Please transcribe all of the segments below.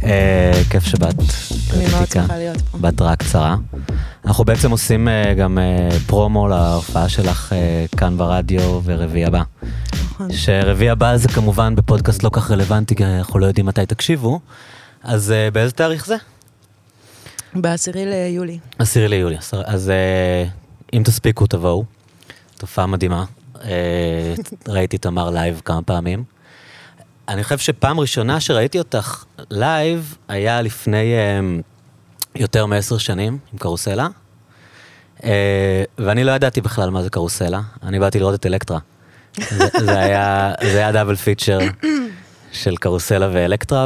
כיף שבאת. אני מאוד שמחה להיות פה. בהתראה קצרה. אנחנו בעצם עושים גם פרומו להופעה שלך כאן ברדיו ורביעי הבא. נכון. שרביעי הבא זה כמובן בפודקאסט לא כך רלוונטי, כי אנחנו לא יודעים מתי תקשיבו. אז באיזה תאריך זה? ב10 ליולי. 10 ליולי. אז אם תספיקו תבואו. תופעה מדהימה. ראיתי תמר לייב כמה פעמים. אני חושב שפעם ראשונה שראיתי אותך לייב היה לפני יותר מ10 שנים עם קרוסלה, ואני לא ידעתי בכלל מה זה קרוסלה, אני באתי לראות את אלקטרה. זה היה דאבל פיצ'ר של קרוסלה ואלקטרה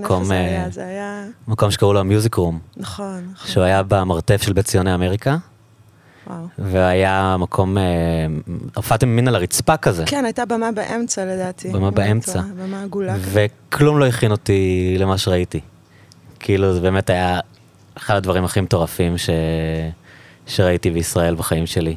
במקום שקראו לו מיוזיק רום. נכון. שהוא היה במרתף של בית ציוני אמריקה. והיה מקום, הופעתם ממין על הרצפה כזה. כן, הייתה במה באמצע לדעתי. במה באמצע. במה עגולה. וכלום לא הכין אותי למה שראיתי. כאילו זה באמת היה אחד הדברים הכי מטורפים שראיתי בישראל בחיים שלי.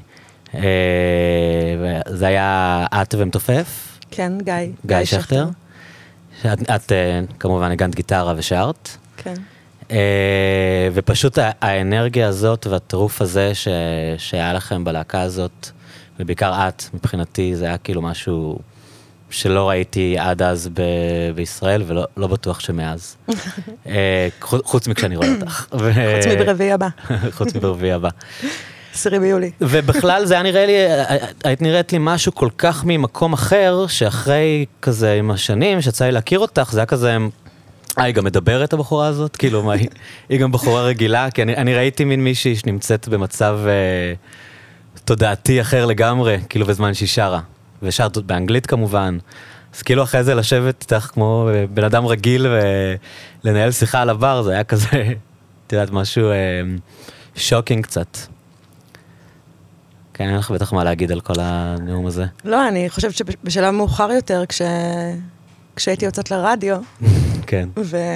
זה היה את ומתופף. כן, גיא שכטר. את כמובן הגנת גיטרה ושרת. כן. ופשוט האנרגיה הזאת והטירוף הזה שהיה לכם בלהקה הזאת, ובעיקר את, מבחינתי, זה היה כאילו משהו שלא ראיתי עד אז בישראל, ולא בטוח שמאז. חוץ מכשאני רואה אותך. חוץ מברביעי הבא. חוץ מברביעי הבא. 10 ביולי. ובכלל זה היה נראה לי, היית נראית לי משהו כל כך ממקום אחר, שאחרי כזה עם השנים, שיצא לי להכיר אותך, זה היה כזה... היא גם מדברת הבחורה הזאת? כאילו, מה, היא גם בחורה רגילה? כי אני ראיתי מין מישהי שנמצאת במצב תודעתי אחר לגמרי, כאילו בזמן שהיא שרה. ושרת באנגלית כמובן. אז כאילו אחרי זה לשבת איתך כמו בן אדם רגיל ולנהל שיחה על הבר, זה היה כזה, את יודעת, משהו שוקינג קצת. כן, אין לך בטח מה להגיד על כל הנאום הזה. לא, אני חושבת שבשלב מאוחר יותר, כשהייתי יוצאת לרדיו, כן.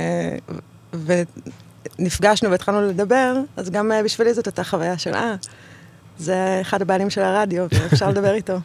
ונפגשנו והתחלנו לדבר, אז גם בשבילי זאת הייתה חוויה של, זה אחד הבעלים של הרדיו, ואפשר לדבר איתו.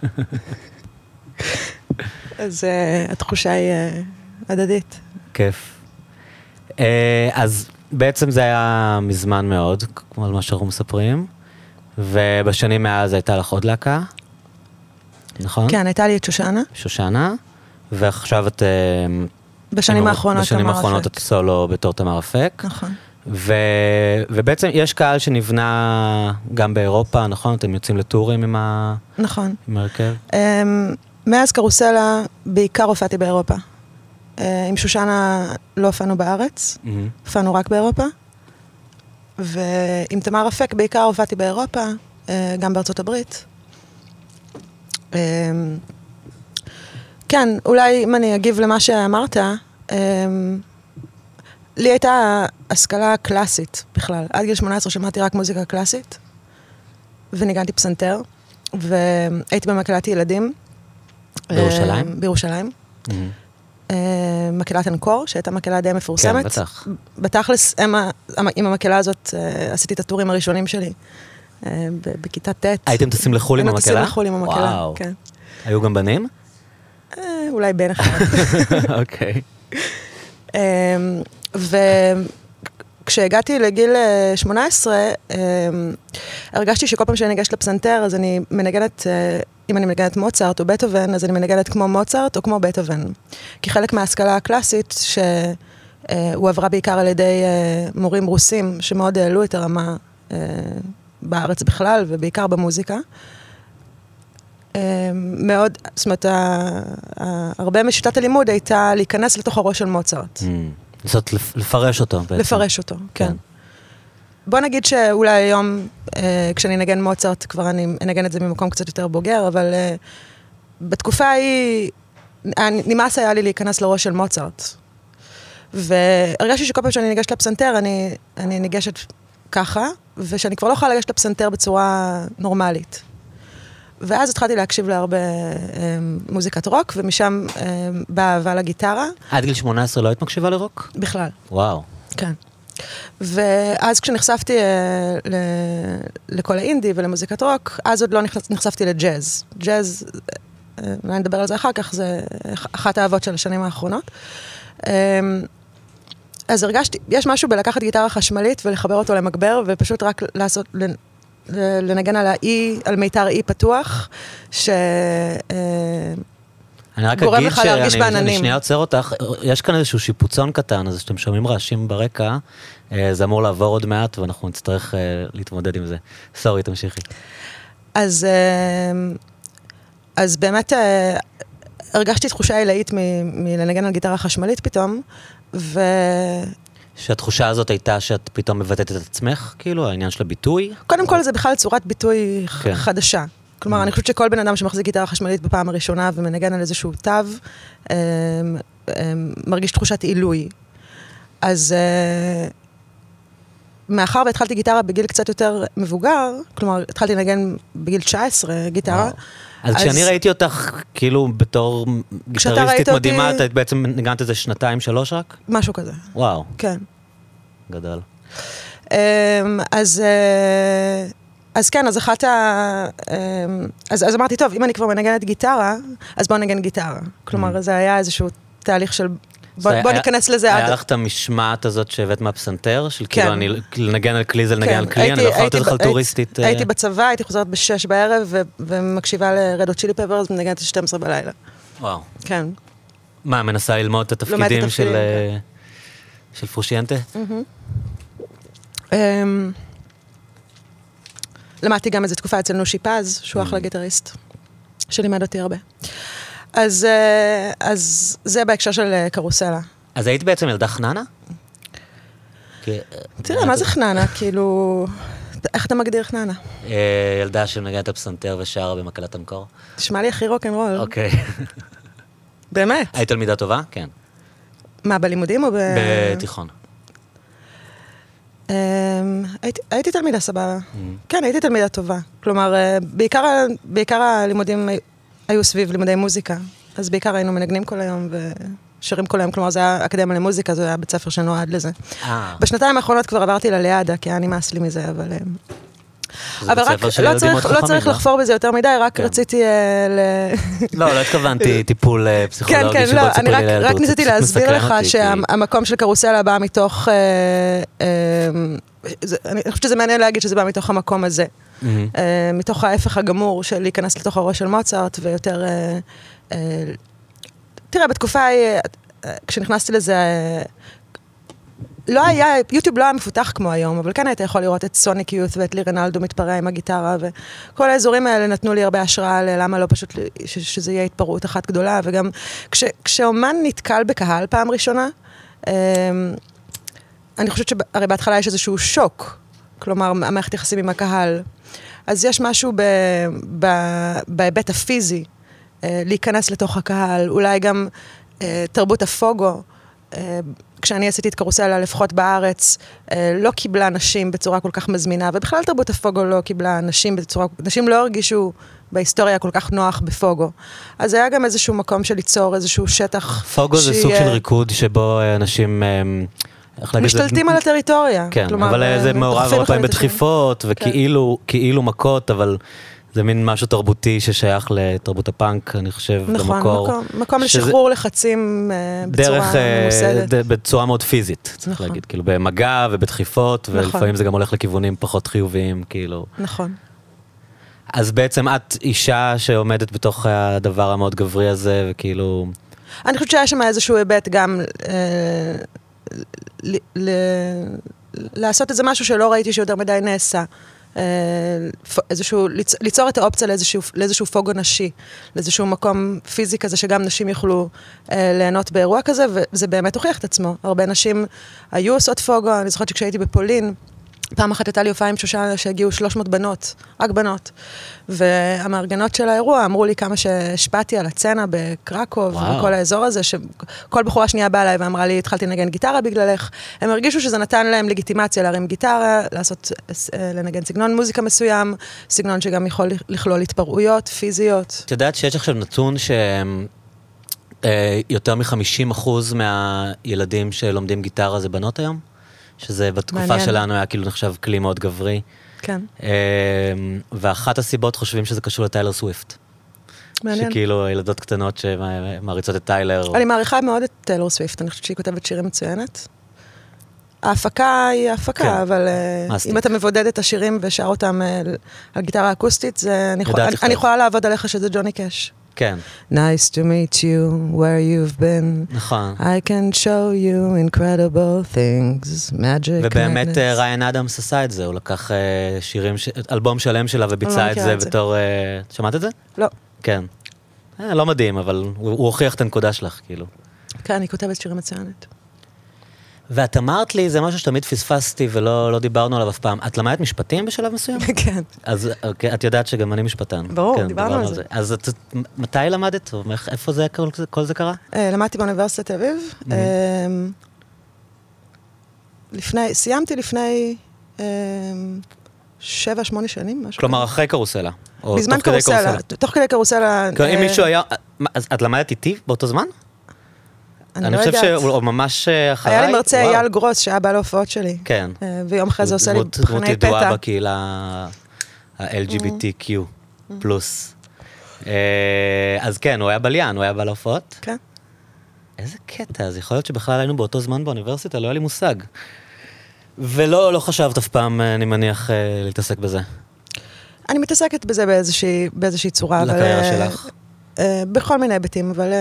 אז התחושה היא הדדית. כיף. אז בעצם זה היה מזמן מאוד, כמו על מה שאנחנו מספרים, ובשנים מאז הייתה לך עוד להקה, נכון? כן, הייתה לי את שושנה. שושנה, ועכשיו את... בשנים האחרונות בשנים האחרונות את סולו בתור תמר אפק. נכון. ובעצם יש קהל שנבנה גם באירופה, נכון? אתם יוצאים לטורים עם נכון. עם הרכב? מאז קרוסלה בעיקר הופעתי באירופה. עם שושנה לא הופענו בארץ, הופענו רק באירופה. ועם תמר אפק בעיקר הופעתי באירופה, גם בארצות הברית. כן, אולי אם אני אגיב למה שאמרת, לי הייתה השכלה קלאסית בכלל. עד גיל 18 שמעתי רק מוזיקה קלאסית, וניגנתי פסנתר, והייתי במקהלת ילדים. בירושלים? בירושלים. מקהלת אנקור, שהייתה מקהלה די מפורסמת. כן, בטח. בתכלס, עם המקהלה הזאת עשיתי את הטורים הראשונים שלי, בכיתה ט'. הייתם טסים לחול עם המקהלה? היינו טסים לחול עם המקהלה, וואו. כן. היו גם בנים? אולי בן אחד. אוקיי. וכשהגעתי לגיל 18, הרגשתי שכל פעם שאני ניגשת לפסנתר, אז אני מנגנת, אם אני מנגנת מוצרט או בטהובן, אז אני מנגנת כמו מוצרט או כמו בטהובן. כי חלק מההשכלה הקלאסית, שהוא עברה בעיקר על ידי מורים רוסים, שמאוד העלו את הרמה בארץ בכלל, ובעיקר במוזיקה. מאוד, זאת אומרת, הרבה משיטת הלימוד הייתה להיכנס לתוך הראש של מוצרט. זאת לפרש אותו בעצם. לפרש אותו, כן. בוא נגיד שאולי היום, כשאני נגן מוצרט, כבר אני אנגן את זה ממקום קצת יותר בוגר, אבל בתקופה ההיא, נמאס היה לי להיכנס לראש של מוצרט. והרגשתי שכל פעם שאני ניגשת לפסנתר, אני ניגשת ככה, ושאני כבר לא יכולה לגשת לפסנתר בצורה נורמלית. ואז התחלתי להקשיב להרבה מוזיקת רוק, ומשם באה אהבה לגיטרה. עד גיל 18 לא היית מקשיבה לרוק? בכלל. וואו. כן. ואז כשנחשפתי לכל האינדי ולמוזיקת רוק, אז עוד לא נחשפתי לג'אז. ג'אז, אני נדבר על זה אחר כך, זה אחת האהבות של השנים האחרונות. אז הרגשתי, יש משהו בלקחת גיטרה חשמלית ולחבר אותו למגבר, ופשוט רק לעשות, לנגן על האי, על מיתר אי פתוח, אני רק אגיד שאני שנייה עוצר אותך, יש כאן איזשהו שיפוצון קטן, אז שאתם שומעים רעשים ברקע, זה אמור לעבור עוד מעט, ואנחנו נצטרך להתמודד עם זה. סורי, תמשיכי. אז באמת הרגשתי תחושה עילאית מלנגן על גיטרה חשמלית פתאום, שהתחושה הזאת הייתה שאת פתאום מבטאת את עצמך, כאילו, העניין של הביטוי? קודם כל זה בכלל צורת ביטוי חדשה. כלומר, אני חושבת שכל בן אדם שמחזיק גיטרה חשמלית בפעם הראשונה ומנגן על איזשהו תו, מרגיש תחושת עילוי. אז מאחר והתחלתי גיטרה בגיל קצת יותר מבוגר, כלומר, התחלתי לנגן בגיל 19 גיטרה. אז כשאני ראיתי אותך, כאילו, בתור גיטריסטית מדהימה, את בעצם נגנת איזה 2-3 רק? משהו כזה. וואו. כן. גדל. אז כן, אז אז אמרתי, טוב, אם אני כבר מנגנת גיטרה, אז בוא נגן גיטרה. כלומר, זה היה איזשהו תהליך של, בוא ניכנס לזה עד. היה לך את המשמעת הזאת שהבאת מהפסנתר, של כאילו אני לנגן על כלי זה לנגן על כלי, אני לא יכולה לתת חלטוריסטית. הייתי בצבא, הייתי חוזרת ב-6 בערב, ומקשיבה לרד הוט צ'ילי פפרס, ומנגנת 12 בלילה. וואו. כן. מה, מנסה ללמוד את התפקידים של פרושיינטה? למדתי גם איזו תקופה אצל נושי פז, שהוא אחלה גיטריסט, שלימד אותי הרבה. אז זה בהקשר של קרוסלה. אז היית בעצם ילדה חננה? תראה, מה זה חננה? כאילו, איך אתה מגדיר חננה? ילדה שמנגנת הפסנתר ושרה במקהלת אנקור. תשמע לי הכי רוק'נ'רול. אוקיי. באמת? היית תלמידה טובה? כן. מה, בלימודים או בתיכון. הייתי תלמידה סבבה. כן, הייתי תלמידה טובה. כלומר, בעיקר הלימודים היו סביב לימודי מוזיקה. אז בעיקר היינו מנגנים כל היום ושרים כל היום. כלומר, זה היה אקדמיה למוזיקה, זה היה בית ספר שנועד לזה. בשנתיים האחרונות כבר עברתי לליאדה, כי היה נמאס לי מזה, אבל רק לא צריך לחפור בזה יותר מדי, רק רציתי לא התכוונתי טיפול פסיכולוגי. כן, לא, אני רק ניסיתי להסביר לך שהמקום של קרוסלה בא מתוך, אני חושבת שזה מעניין להגיד שזה בא מתוך המקום הזה. מתוך ההפך הגמור של להיכנס לתוך הראש של מוצרט, ויותר, תראה, בתקופה, כשנכנסתי לזה, לא היה, יוטיוב לא היה מפותח כמו היום, אבל כן היית יכול לראות את סוניק יות' ואת לי רנלדו מתפרע עם הגיטרה, וכל האזורים האלה נתנו לי הרבה השראה ללמה לא פשוט שזה יהיה התפרעות אחת גדולה, וגם כשאומן נתקל בקהל פעם ראשונה, אני חושבת שהרי בהתחלה יש איזשהו שוק, כלומר, המערכת יחסים עם הקהל, אז יש משהו בהיבט הפיזי, להיכנס לתוך הקהל, אולי גם תרבות הפוגו, כשאני עשיתי את קרוסלה, לפחות בארץ, לא קיבלה נשים בצורה כל כך מזמינה, ובכלל תרבות הפוגו לא קיבלה נשים בצורה, נשים לא הרגישו בהיסטוריה כל כך נוח בפוגו. אז היה גם איזשהו מקום של ליצור איזשהו שטח. פוגו זה סוג של ריקוד שבו אנשים משתלטים על הטריטוריה. כן, אבל זה מעורב הרבה פעמים בדחיפות, וכאילו מכות, אבל זה מין משהו תרבותי ששייך לתרבות הפאנק, אני חושב, במקור. נכון, מקום לשחרור לחצים בצורה ממוסדת. בצורה מאוד פיזית, צריך להגיד, כאילו במגע ובדחיפות, ולפעמים זה גם הולך לכיוונים פחות חיוביים, כאילו. נכון. אז בעצם את אישה שעומדת בתוך הדבר המאוד גברי הזה, וכאילו... אני חושבת שהיה שם איזשהו היבט גם לעשות איזה משהו שלא ראיתי שיותר מדי נעשה. ליצור את האופציה לאיזשהו פוגו נשי, לאיזשהו מקום פיזי כזה שגם נשים יוכלו ליהנות באירוע כזה, וזה באמת הוכיח את עצמו. הרבה נשים היו עושות פוגו, אני זוכרת שכשהייתי בפולין, פעם אחת הייתה לי הופעה עם שושנה שהגיעו 300 בנות, רק בנות. והמארגנות של האירוע אמרו לי כמה שהשפעתי על הצנה בקרקוב, וכל האזור הזה, שכל בחורה שנייה באה אליי ואמרה לי, התחלתי לנגן גיטרה בגללך. הם הרגישו שזה נתן להם לגיטימציה להרים גיטרה, לנגן סגנון מוזיקה מסוים, סגנון שגם יכול לכלול התפרעויות פיזיות. את יודעת שיש עכשיו נתון שיותר מ-50% מהילדים שלומדים גיטרה זה בנות היום? שזה בתקופה שלנו היה כאילו נחשב כלי מאוד גברי. כן. ואחת הסיבות חושבים שזה קשור לטיילר סוויפט. מעניין. שכאילו ילדות קטנות שמעריצות את טיילר. אני מעריכה מאוד את טיילר סוויפט, אני חושבת שהיא כותבת שירים מצוינת. ההפקה היא ההפקה, אבל אם אתה מבודד את השירים ושר אותם על גיטרה אקוסטית, אני יכולה לעבוד עליך שזה ג'וני קאש. כן. Nice to meet you, where you've been. נכון. I can show you incredible things, magic. ובאמת ריין אדמס עשה את זה, הוא לקח אלבום שלם שלה וביצע את זה בתור... שמעת את זה? לא. כן. לא מדהים, אבל הוא הוכיח את הנקודה שלך, כאילו. כן, אני כותבת שירים מצוינת. ואת אמרת לי, זה משהו שתמיד פספסתי ולא דיברנו עליו אף פעם. את למדת משפטים בשלב מסוים? כן. אז את יודעת שגם אני משפטן. ברור, דיברנו על זה. אז מתי למדת? איפה כל זה קרה? למדתי באוניברסיטת תל אביב. סיימתי לפני 7-8 שנים, משהו. כלומר, אחרי קרוסלה. בזמן קרוסלה. תוך כדי קרוסלה. אם מישהו היה... אז את למדת איתי באותו זמן? אני חושב שהוא ממש אחריי. היה לי מרצה אייל גרוס שהיה בא להופעות שלי. כן. ויום אחרי זה עושה לי מבחני פתע. דמות ידועה בקהילה ה-LGBTQ פלוס. אז כן, הוא היה בליין, הוא היה בא להופעות. כן. איזה קטע, אז יכול להיות שבכלל היינו באותו זמן באוניברסיטה, לא היה לי מושג. ולא חשבת אף פעם, אני מניח, להתעסק בזה. אני מתעסקת בזה באיזושהי צורה. לקריירה שלך? בכל מיני היבטים, אבל...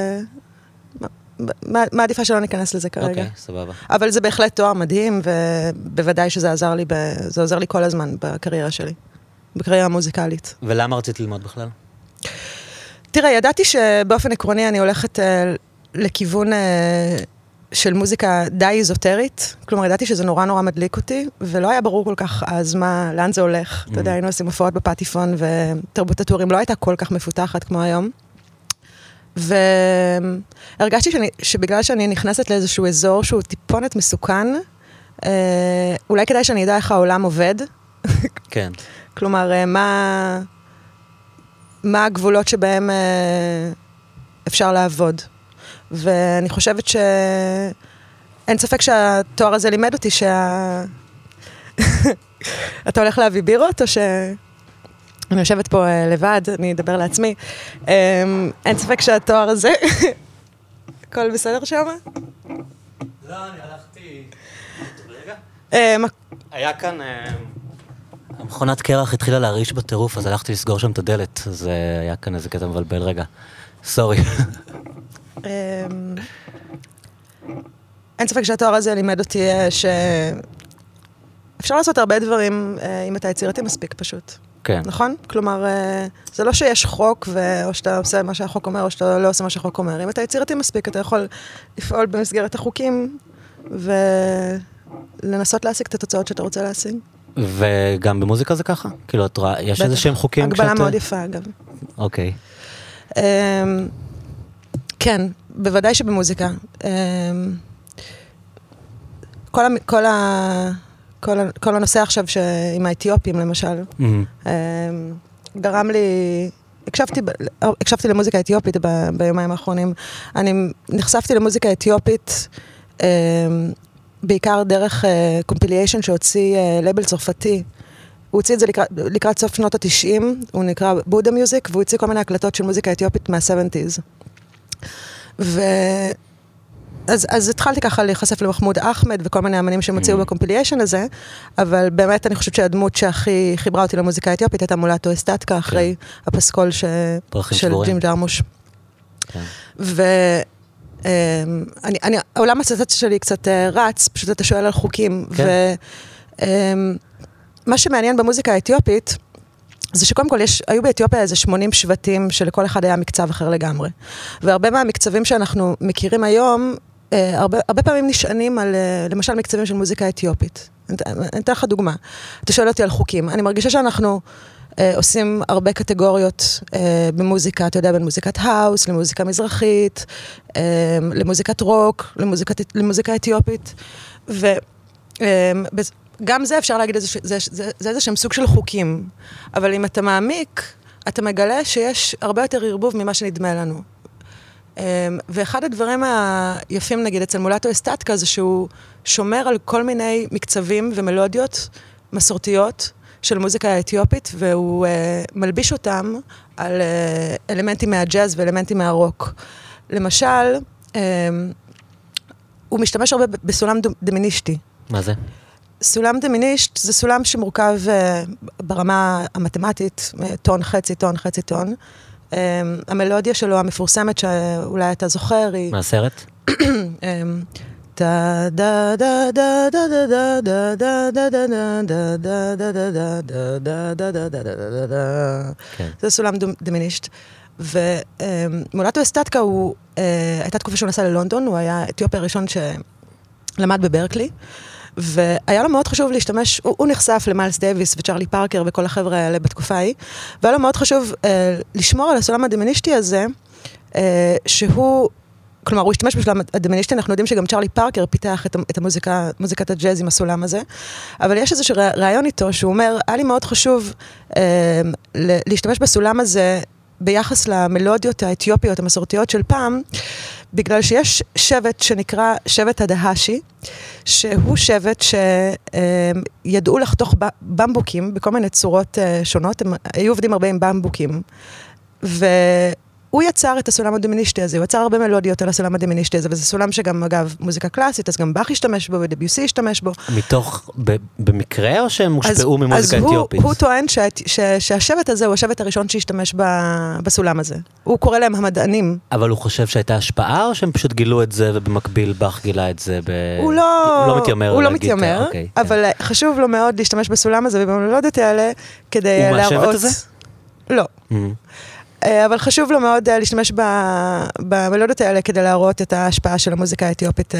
מעדיפה שלא ניכנס לזה כרגע. אוקיי, סבבה. אבל זה בהחלט תואר מדהים, ובוודאי שזה עזר לי, זה עוזר לי כל הזמן בקריירה שלי, בקריירה המוזיקלית. ולמה רצית ללמוד בכלל? תראה, ידעתי שבאופן עקרוני אני הולכת לכיוון של מוזיקה די איזוטרית, כלומר ידעתי שזה נורא נורא מדליק אותי, ולא היה ברור כל כך אז לאן זה הולך. אתה יודע, היינו עושים הופעות בפטיפון, ותרבות הטורים לא הייתה כל כך מפותחת כמו היום. והרגשתי שבגלל שאני נכנסת לאיזשהו אזור שהוא טיפונת מסוכן, אולי כדאי שאני אדע איך העולם עובד. כן. כלומר, מה הגבולות שבהם אפשר לעבוד. ואני חושבת אין ספק שהתואר הזה לימד אותי אתה הולך להביא בירות או אני יושבת פה לבד, אני אדבר לעצמי. אין ספק שהתואר הזה... הכל בסדר שם? לא, אני הלכתי... רגע. היה כאן... המכונת קרח התחילה להרעיש בטירוף, אז הלכתי לסגור שם את הדלת. אז היה כאן איזה קטע מבלבל רגע. סורי. אין ספק שהתואר הזה לימד אותי אפשר לעשות הרבה דברים אם אתה יצירתי מספיק פשוט. כן. נכון? כלומר, זה לא שיש חוק, או שאתה עושה מה שהחוק אומר, או שאתה לא עושה מה שהחוק אומר. אם אתה יצירתי מספיק, אתה יכול לפעול במסגרת החוקים, ולנסות להשיג את התוצאות שאתה רוצה להשיג. וגם במוזיקה זה ככה? כאילו, יש איזה שהם חוקים? הגבלה מאוד יפה, אגב. אוקיי. כן, בוודאי שבמוזיקה. כל הנושא עכשיו עם האתיופים, למשל, גרם לי... הקשבתי למוזיקה אתיופית ביומיים האחרונים. אני נחשפתי למוזיקה אתיופית בעיקר דרך קומפיליישן שהוציא לייבל צרפתי. הוא הוציא את זה לקראת סוף שנות ה-90, הוא נקרא בודה מיוזיק, והוא הוציא כל מיני הקלטות של מוזיקה אתיופית מה-70s. אז התחלתי ככה להיחשף למחמוד אחמד וכל מיני אמנים שהם הוציאו בקומפיליישן הזה, אבל באמת אני חושבת שהדמות שהכי חיברה אותי למוזיקה האתיופית הייתה מולטו אסטטקה, אחרי הפסקול של ג'ים ג'רמוש. העולם הסטטציה שלי קצת רץ, פשוט אתה שואל על חוקים, ומה שמעניין במוזיקה האתיופית, זה שקודם כל היו באתיופיה איזה 80 שבטים שלכל אחד היה מקצב אחר לגמרי. והרבה מהמקצבים שאנחנו מכירים היום, הרבה פעמים נשענים על, למשל, מקצבים של מוזיקה אתיופית. אני אתן לך דוגמה. אתה שואל אותי על חוקים. אני מרגישה שאנחנו עושים הרבה קטגוריות במוזיקה, אתה יודע, בין מוזיקת האוס, למוזיקה מזרחית, למוזיקת רוק, למוזיקה אתיופית. גם זה אפשר להגיד, זה איזה שהם סוג של חוקים, אבל אם אתה מעמיק, אתה מגלה שיש הרבה יותר ערבוב ממה שנדמה לנו. ואחד הדברים היפים, נגיד, אצל מולטו אסטטקה, זה שהוא שומר על כל מיני מקצבים ומלודיות מסורתיות של מוזיקה האתיופית, והוא מלביש אותם על אלמנטים מהג'אז ואלמנטים מהרוק. למשל, הוא משתמש הרבה בסולם דמינישטי. מה זה? סולם דמינישט זה סולם שמורכב ברמה המתמטית, טון חצי טון חצי טון. המלודיה שלו המפורסמת שאולי אתה זוכר היא... מהסרט? זה סולם דמינישט. ומולטו אסטטקה הוא, הייתה תקופה שהוא נסע ללונדון, הוא היה האתיופי הראשון שלמד בברקלי, והיה לו מאוד חשוב להשתמש, הוא נחשף למיילס דייביס וצ'רלי פארקר וכל החבר'ה האלה בתקופה ההיא, והיה לו מאוד חשוב לשמור על הסולם הדמינישטי הזה, שהוא, כלומר, הוא השתמש בסולם הדמינישטי, אנחנו יודעים שגם צ'רלי פארקר פיתח את מוזיקת הג'אז עם הסולם הזה, אבל יש איזשהו רעיון איתו, שהוא אומר, היה לי מאוד חשוב להשתמש בסולם הזה, ביחס למלודיות האתיופיות המסורתיות של פעם, בגלל שיש שבט שנקרא שבט הדהשי, שהוא שבט שידעו לחתוך במבוקים בכל מיני צורות שונות, הם היו עובדים הרבה עם במבוקים, והוא יצר את הסולם הדמינישטי הזה, הוא יצר הרבה מלודיות על הסולם הדמינישטי הזה, וזה סולם שגם, אגב, מוזיקה קלאסית, אז גם באך השתמש בו, ודביוסי השתמש בו. מתוך, במקרה, או שהם מושפעו ממוזיקה אתיופית? אז הוא טוען שהשבט הזה הוא השבט הראשון שהשתמש בסולם הזה. הוא קורא להם המדענים. אבל הוא חושב שהייתה השפעה, או שהם פשוט גילו את זה, ובמקביל באך גילה את זה הוא לא מתיימר. הוא לא מתיימר, אבל חשוב לו מאוד להשתמש בסולם הזה, ובמלודיות האלה, כדי להראות... הוא מהשבט הזה? לא. אבל חשוב לו מאוד להשתמש במלודיות האלה כדי להראות את ההשפעה של המוזיקה האתיופית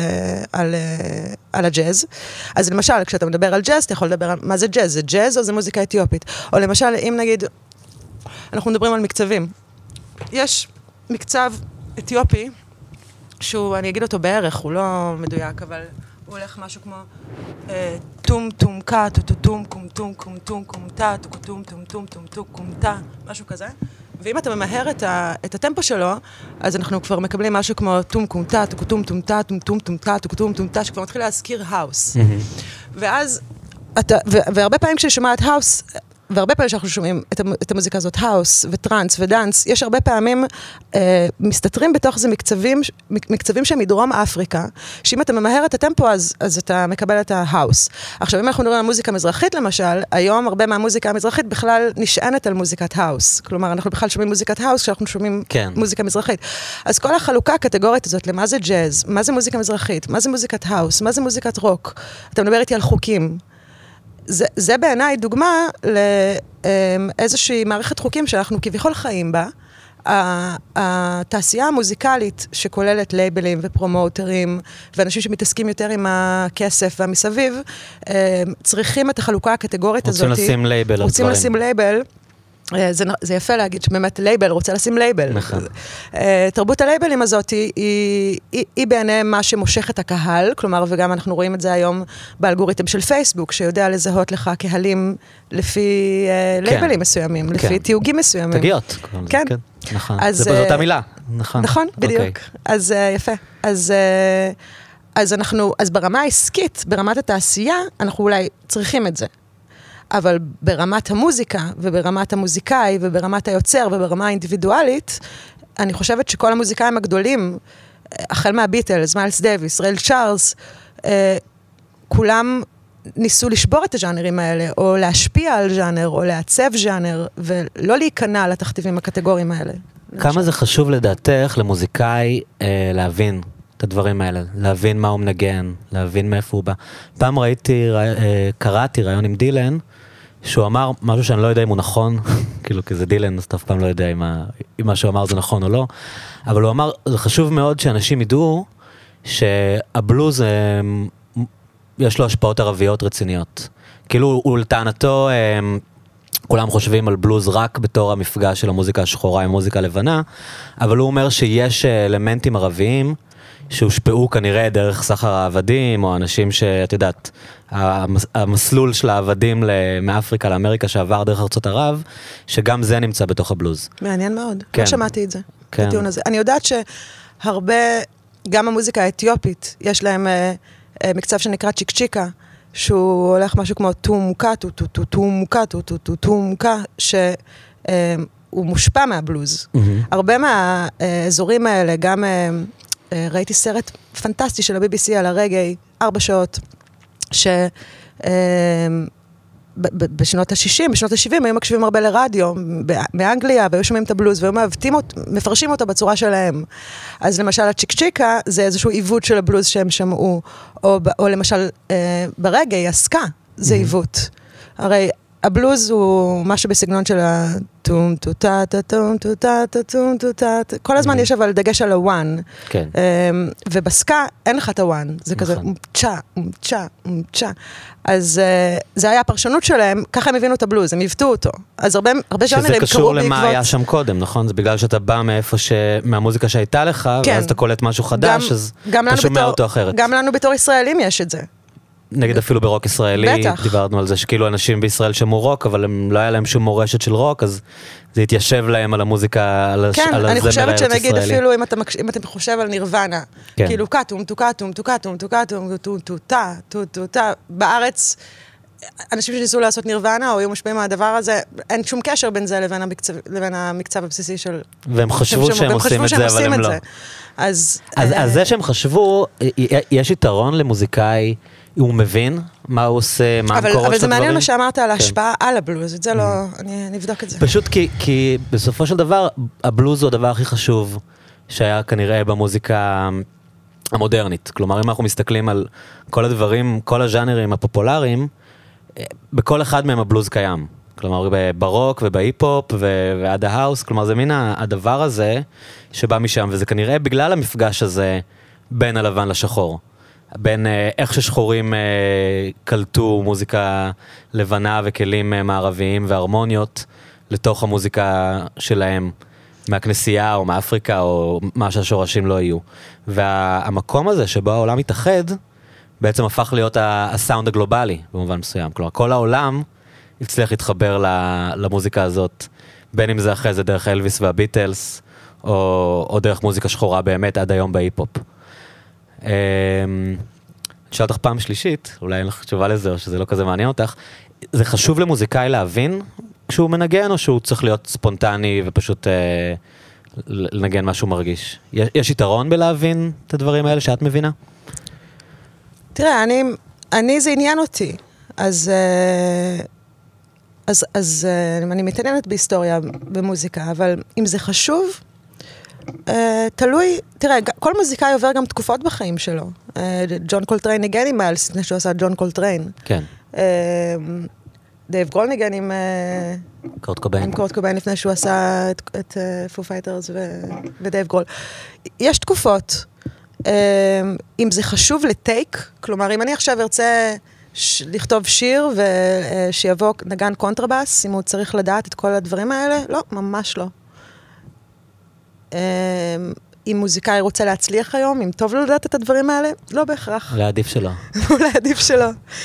על הג'אז. אז למשל, כשאתה מדבר על ג'אז, אתה יכול לדבר על מה זה ג'אז? זה ג'אז או זה מוזיקה אתיופית? או למשל, אם נגיד, אנחנו מדברים על מקצבים. יש מקצב אתיופי, שהוא, אני אגיד אותו בערך, הוא לא מדויק, אבל הוא הולך משהו כמו טום טום קה, טום קום טום קום טום קום טה, טום טום טום טום טום קום טה, משהו כזה. ואם אתה ממהר את הטמפו שלו, אז אנחנו כבר מקבלים משהו כמו טום קום טה, טום טום טה, טום טום טום טה, טום טום טה, שכבר מתחיל להזכיר האוס. ואז, והרבה פעמים כשאני שומעת האוס, והרבה פעמים שאנחנו שומעים את המוזיקה הזאת, האוס וטרנס ודנס, יש הרבה פעמים מסתתרים בתוך זה מקצבים שהם מדרום אפריקה, שאם אתה ממהר את הטמפו, אז אתה מקבל את ההאוס. עכשיו, אם אנחנו מדברים על מוזיקה מזרחית, למשל, היום הרבה מהמוזיקה המזרחית בכלל נשענת על מוזיקת האוס. כלומר, אנחנו בכלל שומעים מוזיקת האוס כשאנחנו שומעים מוזיקה מזרחית. אז כל החלוקה הקטגורית הזאת, למה זה ג'אז, מה זה מוזיקה מזרחית, מה זה מוזיקת האוס, מה זה מוזיקת רוק. אתה מדבר איתי על חוקים. זה בעיניי דוגמה לאיזושהי מערכת חוקים שאנחנו כביכול חיים בה. התעשייה המוזיקלית שכוללת לייבלים ופרומוטרים ואנשים שמתעסקים יותר עם הכסף והמסביב, צריכים את החלוקה הקטגורית הזאת. רוצים לשים לייבל על דברים. רוצים לשים לייבל. זה יפה להגיד שבאמת לייבל רוצה לשים לייבל. נכון. תרבות הלייבלים הזאת היא בעיניהם מה שמושך את הקהל, כלומר, וגם אנחנו רואים את זה היום באלגוריתם של פייסבוק, שיודע לזהות לך קהלים לפי לייבלים מסוימים, לפי תיוגים מסוימים. תגיות. כן. נכון. זאת אותה מילה. נכון. נכון, בדיוק. אז יפה. אז ברמה העסקית, ברמת התעשייה, אנחנו אולי צריכים את זה. אבל ברמת המוזיקה, וברמת המוזיקאי, וברמת היוצר, וברמה האינדיבידואלית, אני חושבת שכל המוזיקאים הגדולים, החל מהביטלס, מיילס דייביס, ריי צ'ארלס, כולם ניסו לשבור את הז'אנרים האלה, או להשפיע על ז'אנר, או לעצב ז'אנר, ולא להיכנע לתכתיבים הקטגוריים האלה. כמה זה חשוב לדעתך למוזיקאי להבין את הדברים האלה, להבין מה הוא מנגן, להבין מאיפה הוא בא. פעם קראתי רעיון עם דילן, שהוא אמר משהו שאני לא יודע אם הוא נכון, כאילו כי זה דילן, אז אף פעם לא יודע אם מה שהוא אמר זה נכון או לא, אבל הוא אמר, זה חשוב מאוד שאנשים ידעו שהבלוז יש לו השפעות ערביות רציניות. כאילו הוא לטענתו, כולם חושבים על בלוז רק בתור המפגש של המוזיקה השחורה עם מוזיקה לבנה, אבל הוא אומר שיש אלמנטים ערביים, שהושפעו כנראה דרך סחר העבדים, או אנשים שאת יודעת, המסלול של העבדים מאפריקה לאמריקה שעבר דרך ארצות ערב, שגם זה נמצא בתוך הבלוז. מעניין מאוד, לא שמעתי את זה, את הטיעון הזה. אני יודעת שהרבה, גם המוזיקה האתיופית, יש להם מקצב שנקרא צ'יק צ'יקה, שהוא הולך משהו כמו טומקה, טומקה, טומקה, שהוא מושפע מהבלוז. הרבה מהאזורים האלה, גם ראיתי סרט פנטסטי של ה-BBC על הרגעי, 4 שעות, ש... בשנות ה-60, בשנות ה-70, היו מקשיבים הרבה לרדיו, באנגליה, והיו שומעים את הבלוז, והיו מפרשים אותו בצורה שלהם. אז למשל, הצ'יק צ'יקה, זה איזשהו עיוות של הבלוז שהם שמעו, או למשל, ברגעי, הסקה, זה עיוות. הרי הבלוז הוא משהו בסגנון של הטום טוטה, טום טוטה, טום טוטה, כל הזמן יש אבל דגש על הוואן. כן. ובסקה אין לך את הוואן, זה כזה צ'ה, צ'ה, צ'ה. אז זה היה הפרשנות שלהם, ככה הם הבינו את הבלוז, הם עיוותו אותו. אז הרבה ז'אנרים שזה קשור בעקבות... למה היה שם קודם, נכון? זה בגלל שאתה בא מהמוזיקה שהייתה לך, ואז אתה קולט משהו חדש, אז אתה שומע אותו אחרת. גם לנו בתור ישראלים יש את זה. נגיד אפילו ברוק ישראלי, דיברנו על זה שכאילו אנשים בישראל שמעו רוק, אבל לא היה להם שום מורשת של רוק, אז זה התיישב להם על המוזיקה, על הזמר הארץ ישראלי. כן, אני חושבת שנגיד אפילו אם אתה חושב על נירוונה, כאילו קאטום, טוקאטום, טוקאטום, טוקאטום, טוטה, טוטה, בארץ, אנשים שניסו לעשות נירוונה, או היו מושפעים מהדבר הזה, אין שום קשר בין זה לבין המקצב הבסיסי של... והם חשבו שהם עושים את זה, אבל הם לא. אז זה שהם חשבו, יש יתרון למוזיקאי, הוא מבין מה הוא עושה, מה המקורות של הדברים. אבל זה מעניין מה שאמרת על ההשפעה על הבלוז, את זה לא, אני נבדוק את זה. פשוט כי בסופו של דבר, הבלוז הוא הדבר הכי חשוב שהיה כנראה במוזיקה המודרנית. כלומר, אם אנחנו מסתכלים על כל הדברים, כל הז'אנרים הפופולריים, בכל אחד מהם הבלוז קיים. כלומר, ברוק ובהיפ-הופ ועד ההאוס, כלומר, זה מין הדבר הזה שבא משם, וזה כנראה בגלל המפגש הזה בין הלבן לשחור. בין איך ששחורים קלטו מוזיקה לבנה וכלים מערביים והרמוניות לתוך המוזיקה שלהם מהכנסייה או מאפריקה או מה שהשורשים לא יהיו. והמקום הזה שבו העולם מתאחד בעצם הפך להיות הסאונד הגלובלי במובן מסוים. כלומר, כל העולם הצליח להתחבר למוזיקה הזאת, בין אם זה אחרי זה דרך אלוויס והביטלס או דרך מוזיקה שחורה באמת עד היום בהיפ-הופ. שאל אותך פעם שלישית, אולי אין לך תשובה לזה או שזה לא כזה מעניין אותך, זה חשוב למוזיקאי להבין כשהוא מנגן או שהוא צריך להיות ספונטני ופשוט לנגן מה שהוא מרגיש? יש יתרון בלהבין את הדברים האלה שאת מבינה? תראה, אני זה עניין אותי, אז אני מתעניינת בהיסטוריה, במוזיקה, אבל אם זה חשוב, תלוי, תראה, כל מוזיקאי עובר גם תקופות בחיים שלו. ג'ון קולטריין ניגן עם מיילס, לפני שהוא עשה ג'ון קולטריין. כן. דייב גרול ניגן עם קורט קוביין. עם קורט קוביין, לפני שהוא עשה את פו פייטרס ודייב גרול. יש תקופות. אם זה חשוב לטייק, כלומר, אם אני עכשיו ארצה לכתוב שיר ושיבוא נגן קונטרבאס, אם הוא צריך לדעת את כל הדברים האלה, לא, ממש לא. אם מוזיקאי רוצה להצליח היום, אם טוב לו לדעת את הדברים האלה, לא בהכרח. אולי עדיף שלא. אולי עדיף שלא.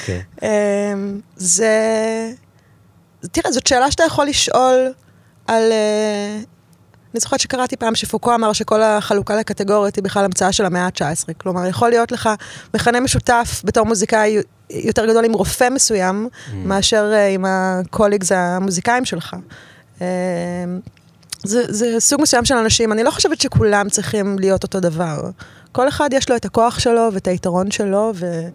תראה, זאת שאלה שאתה יכול לשאול על... אני זוכרת שקראתי פעם שפוקו אמר שכל החלוקה לקטגוריות היא בכלל המצאה של המאה ה-19. כלומר, יכול להיות לך מכנה משותף בתור מוזיקאי יותר גדול עם רופא מסוים, מאשר עם הקוליגס המוזיקאים שלך. זה סוג מסוים של אנשים. אני לא חושבת שכולם צריכים להיות אותו דבר. כל אחד יש לו את הכוח שלו ואת היתרון שלו,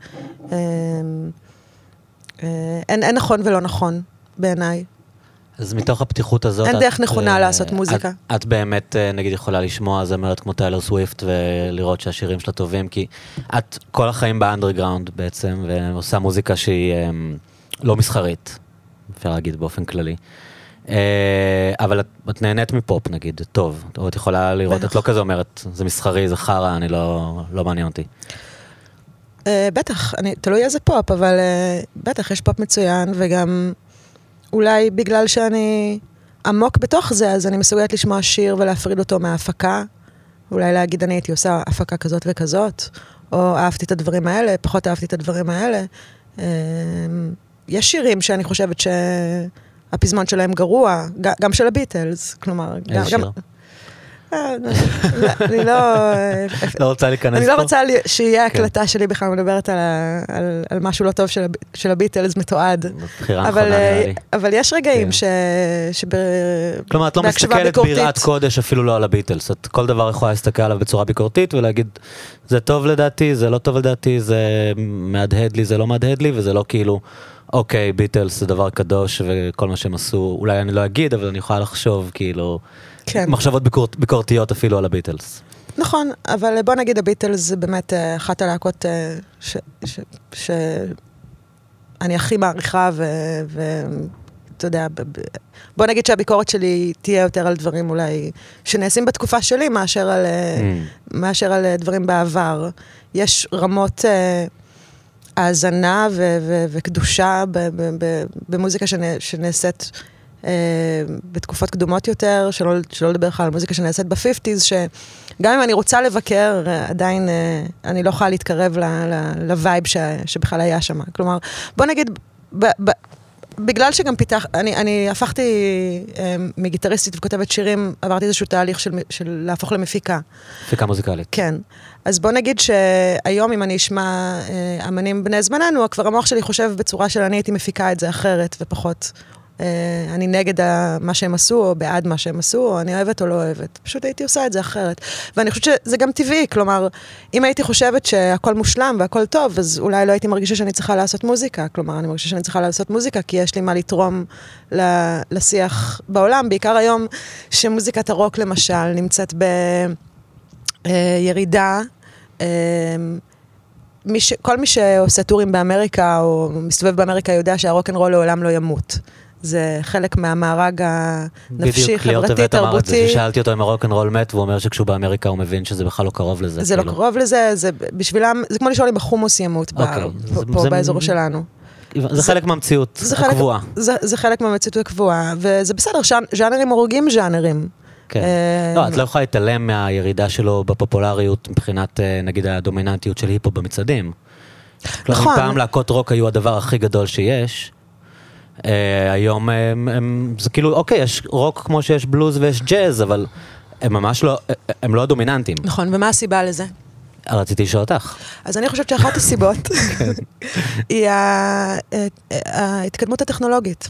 אין נכון ולא נכון בעיניי. אז מתוך הפתיחות הזאת... אין דרך נכונה לעשות מוזיקה. את באמת, נגיד, יכולה לשמוע זמרת כמו טיילר סוויפט ולראות שהשירים שלה טובים, כי את כל החיים באנדרגראונד בעצם, ועושה מוזיקה שהיא לא מסחרית, אפשר להגיד באופן כללי. אבל את נהנית מפופ, נגיד, טוב, או את יכולה לראות, את לא כזה אומרת, זה מסחרי, זה חרה, אני לא מעניין אותי. בטח, תלוי איזה פופ, אבל בטח, יש פופ מצוין, וגם אולי בגלל שאני עמוק בתוך זה, אז אני מסוגלת לשמוע שיר ולהפריד אותו מההפקה, אולי להגיד, אני הייתי עושה הפקה כזאת וכזאת, או אהבתי את הדברים האלה, פחות אהבתי את הדברים האלה. יש שירים שאני חושבת שהפזמון שלהם גרוע, גם של הביטלס, כלומר... איזה שיר? אני לא... לא רוצה להיכנס פה? אני לא רוצה שיהיה הקלטה שלי בכלל מדברת על משהו לא טוב של הביטלס מתועד. בחירה נכונה נראה לי. אבל יש רגעים כלומר, את לא מסתכלת ביראת קודש אפילו לא על הביטלס. את כל דבר יכולה להסתכל עליו בצורה ביקורתית ולהגיד, זה טוב לדעתי, זה לא טוב לדעתי, זה מהדהד לי, זה לא מהדהד לי, וזה לא כאילו, אוקיי, ביטלס זה דבר קדוש וכל מה שהם עשו, אולי אני לא אגיד, אבל אני יכולה לחשוב כאילו, מחשבות ביקורתיות אפילו על הביטלס. נכון, אבל בוא נגיד הביטלס זה באמת אחת הלהקות שאני הכי מעריכה אתה יודע, בוא נגיד שהביקורת שלי תהיה יותר על דברים אולי שנעשים בתקופה שלי מאשר על דברים בעבר. יש רמות האזנה וקדושה במוזיקה שנעשית בתקופות קדומות יותר, שלא לדבר לך על מוזיקה שנעשית ב-50s, שגם אם אני רוצה לבקר, עדיין אני לא יכולה להתקרב לווייב שבכלל היה שם. כלומר, בוא נגיד, בגלל שגם אני הפכתי מגיטריסטית וכותבת שירים, עברתי איזשהו תהליך של להפוך למפיקה. מפיקה מוזיקלית. כן. אז בוא נגיד שהיום אם אני אשמע אמנים בני זמננו, כבר המוח שלי חושב בצורה של אני הייתי מפיקה את זה אחרת ופחות. אני נגד מה שהם עשו, או בעד מה שהם עשו, או אני אוהבת או לא אוהבת. פשוט הייתי עושה את זה אחרת. ואני חושבת שזה גם טבעי, כלומר, אם הייתי חושבת שהכל מושלם והכל טוב, אז אולי לא הייתי מרגישה שאני צריכה לעשות מוזיקה. כלומר, אני מרגישה שאני צריכה לעשות מוזיקה, כי יש לי מה לתרום לשיח בעולם. בעיקר היום שמוזיקת הרוק, למשל, נמצאת בירידה. כל מי שעושה טורים באמריקה, או מסתובב באמריקה, יודע שהרוק'נ'רול לעולם לא ימות. זה חלק מהמארג הנפשי, חברתי, תרבותי. ששאלתי אותו אם הרוק'נ'רול מת, והוא אומר שכשהוא באמריקה הוא מבין שזה בכלל לא קרוב לזה. זה לא קרוב לזה, זה בשבילם, זה כמו לשאול אם החומוס ימות פה באזור שלנו. זה חלק מהמציאות הקבועה. זה חלק מהמציאות הקבועה, וזה בסדר, ז'אנרים הורגים ז'אנרים. לא, את לא יכולה להתעלם מהירידה שלו בפופולריות מבחינת, נגיד, הדומיננטיות של היפו במצעדים. כלומר, פעם להקות רוק היו הדבר הכי גדול שיש. היום זה כאילו, אוקיי, יש רוק כמו שיש בלוז ויש ג'אז, אבל הם ממש לא, הם לא הדומיננטיים. נכון, ומה הסיבה לזה? רציתי לשאול אותך. אז אני חושבת שאחת הסיבות היא ההתקדמות הטכנולוגית.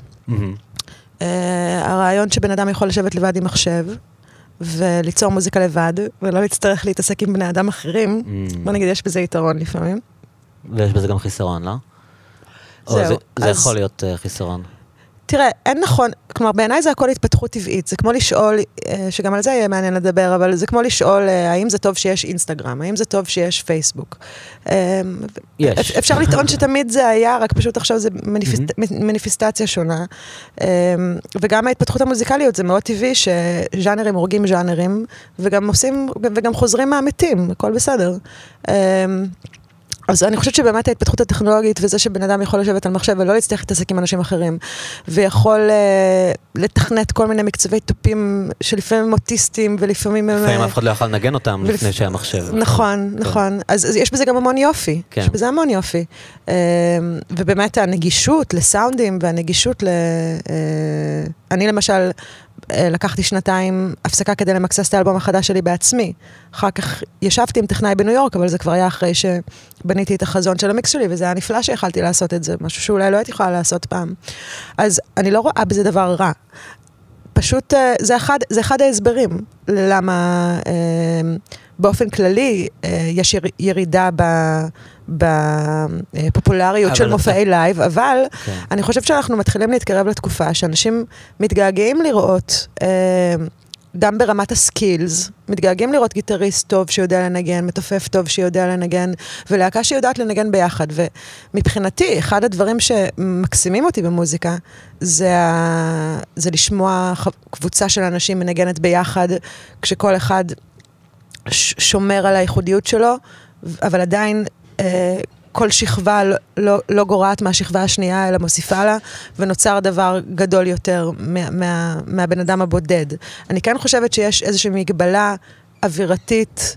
הרעיון שבן אדם יכול לשבת לבד עם מחשב, וליצור מוזיקה לבד, ולא להצטרך להתעסק עם בני אדם אחרים, בוא נגיד, יש בזה יתרון לפעמים. ויש בזה גם חיסרון, לא? זה יכול להיות חיסרון. תראה, אין נכון, כלומר, בעיניי זה הכל התפתחות טבעית, זה כמו לשאול, שגם על זה יהיה מעניין לדבר, אבל זה כמו לשאול, האם זה טוב שיש אינסטגרם, האם זה טוב שיש פייסבוק. יש. אפשר לטעון שתמיד זה היה, רק פשוט עכשיו זה מניפיסטציה שונה, וגם ההתפתחות המוזיקליות, זה מאוד טבעי שז'אנרים הורגים ז'אנרים, וגם חוזרים מהמתים, הכל בסדר. אז אני חושבת שבאמת ההתפתחות הטכנולוגית וזה שבן אדם יכול לשבת על מחשב ולא להצטרך להתעסק עם אנשים אחרים, ויכול לתכנת כל מיני מקצבי טופים שלפעמים הם אוטיסטים ולפעמים הם... לפעמים אף אחד לא יכול לנגן אותם לפני שהיה מחשב. נכון, נכון. אז יש בזה גם המון יופי. יש בזה המון יופי. ובאמת הנגישות לסאונדים והנגישות אני למשל... לקחתי 2 הפסקה כדי למקסס את האלבום החדש שלי בעצמי. אחר כך ישבתי עם טכנאי בניו יורק, אבל זה כבר היה אחרי שבניתי את החזון של המיקס שלי, וזה היה נפלא שיכלתי לעשות את זה, משהו שאולי לא הייתי יכולה לעשות פעם. אז אני לא רואה בזה דבר רע. פשוט זה אחד ההסברים ללמה באופן כללי יש ירידה בפופולריות של מופעי לייב, אבל אני חושבת שאנחנו מתחילים להתקרב לתקופה שאנשים מתגעגעים לראות, גם ברמת הסקילס, מתגעגעים לראות גיטריסט טוב שיודע לנגן, מתופף טוב שיודע לנגן, ולהקה שיודעת לנגן ביחד. ומבחינתי, אחד הדברים שמקסימים אותי במוזיקה, זה לשמוע קבוצה של אנשים מנגנת ביחד, כשכל אחד שומר על הייחודיות שלו, אבל עדיין כל שכבה לא גורעת מהשכבה השנייה, אלא מוסיפה לה, ונוצר דבר גדול יותר מהבן אדם הבודד. אני כן חושבת שיש איזושהי מגבלה אווירתית,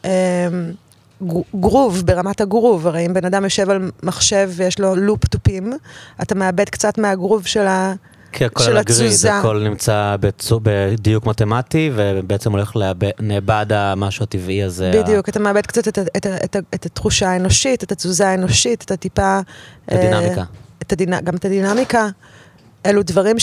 גרוב, ברמת הגרוב. הרי אם בן אדם יושב על מחשב ויש לו לופ טופים, אתה מאבד קצת מהגרוב של כי הכל על הגריד, הכל נמצא בדיוק מתמטי, ובעצם הולך נאבד המשהו הטבעי הזה. בדיוק, אתה מאבד קצת את התחושה האנושית, את התזוזה האנושית, את הטיפה... את הדינמיקה. גם את הדינמיקה. אלו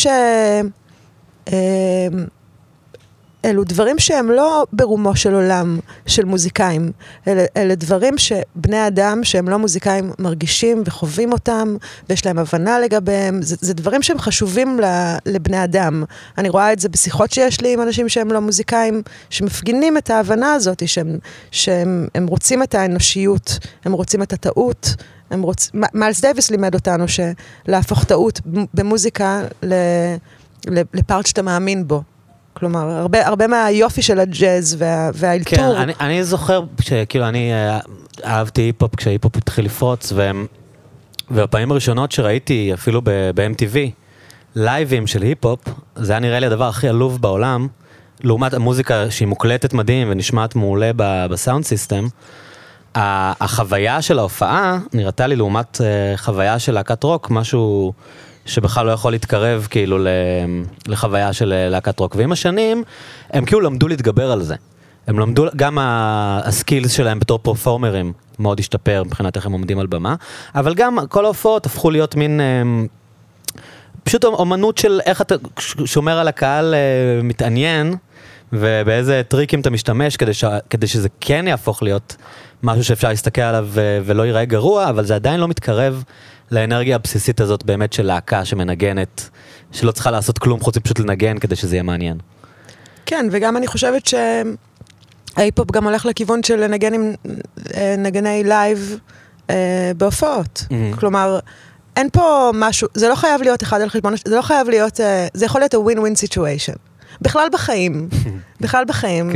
דברים שהם לא ברומו של עולם של מוזיקאים, אלה דברים שבני אדם שהם לא מוזיקאים מרגישים וחווים אותם, ויש להם הבנה לגביהם, זה דברים שהם חשובים לבני אדם. אני רואה את זה בשיחות שיש לי עם אנשים שהם לא מוזיקאים, שמפגינים את ההבנה הזאת, שהם רוצים את האנושיות, הם רוצים את הטעות, מיילס דייוויס לימד אותנו שלהפוך טעות במוזיקה לפארט שאתה מאמין בו. כלומר, הרבה מהיופי של הג'אז והאלתור. כן, אני זוכר שכאילו אני אהבתי היפ-הופ כשהיפ-הופ התחיל לפרוץ, והפעמים הראשונות שראיתי אפילו ב-MTV, לייבים של היפ-הופ, זה היה נראה לי הדבר הכי עלוב בעולם, לעומת המוזיקה שהיא מוקלטת מדהים ונשמעת מעולה בסאונד סיסטם, החוויה של ההופעה נראתה לי לעומת חוויה של להקת רוק, משהו שבכלל לא יכול להתקרב כאילו לחוויה של להקת רוק. ועם השנים, הם כאילו למדו להתגבר על זה. הם למדו, גם הסקילס שלהם בתור פרפורמרים מאוד השתפר מבחינת איך הם עומדים על במה, אבל גם כל ההופעות הפכו להיות מין, פשוט אומנות של איך אתה שומר על הקהל מתעניין, ובאיזה טריקים אתה משתמש כדי שזה כן יהפוך להיות משהו שאפשר להסתכל עליו ולא ייראה גרוע, אבל זה עדיין לא מתקרב לאנרגיה הבסיסית הזאת באמת של להקה שמנגנת, שלא צריכה לעשות כלום חוץ מפשוט לנגן כדי שזה יהיה מעניין. כן, וגם אני חושבת שההיפ-הופ גם הולך לכיוון של לנגן עם נגני לייב בהופעות. כלומר, אין פה משהו, זה לא חייב להיות אחד על חשבון, זה לא חייב להיות, זה יכול להיות ה-win-win situation. בכלל בחיים, בכלל בחיים.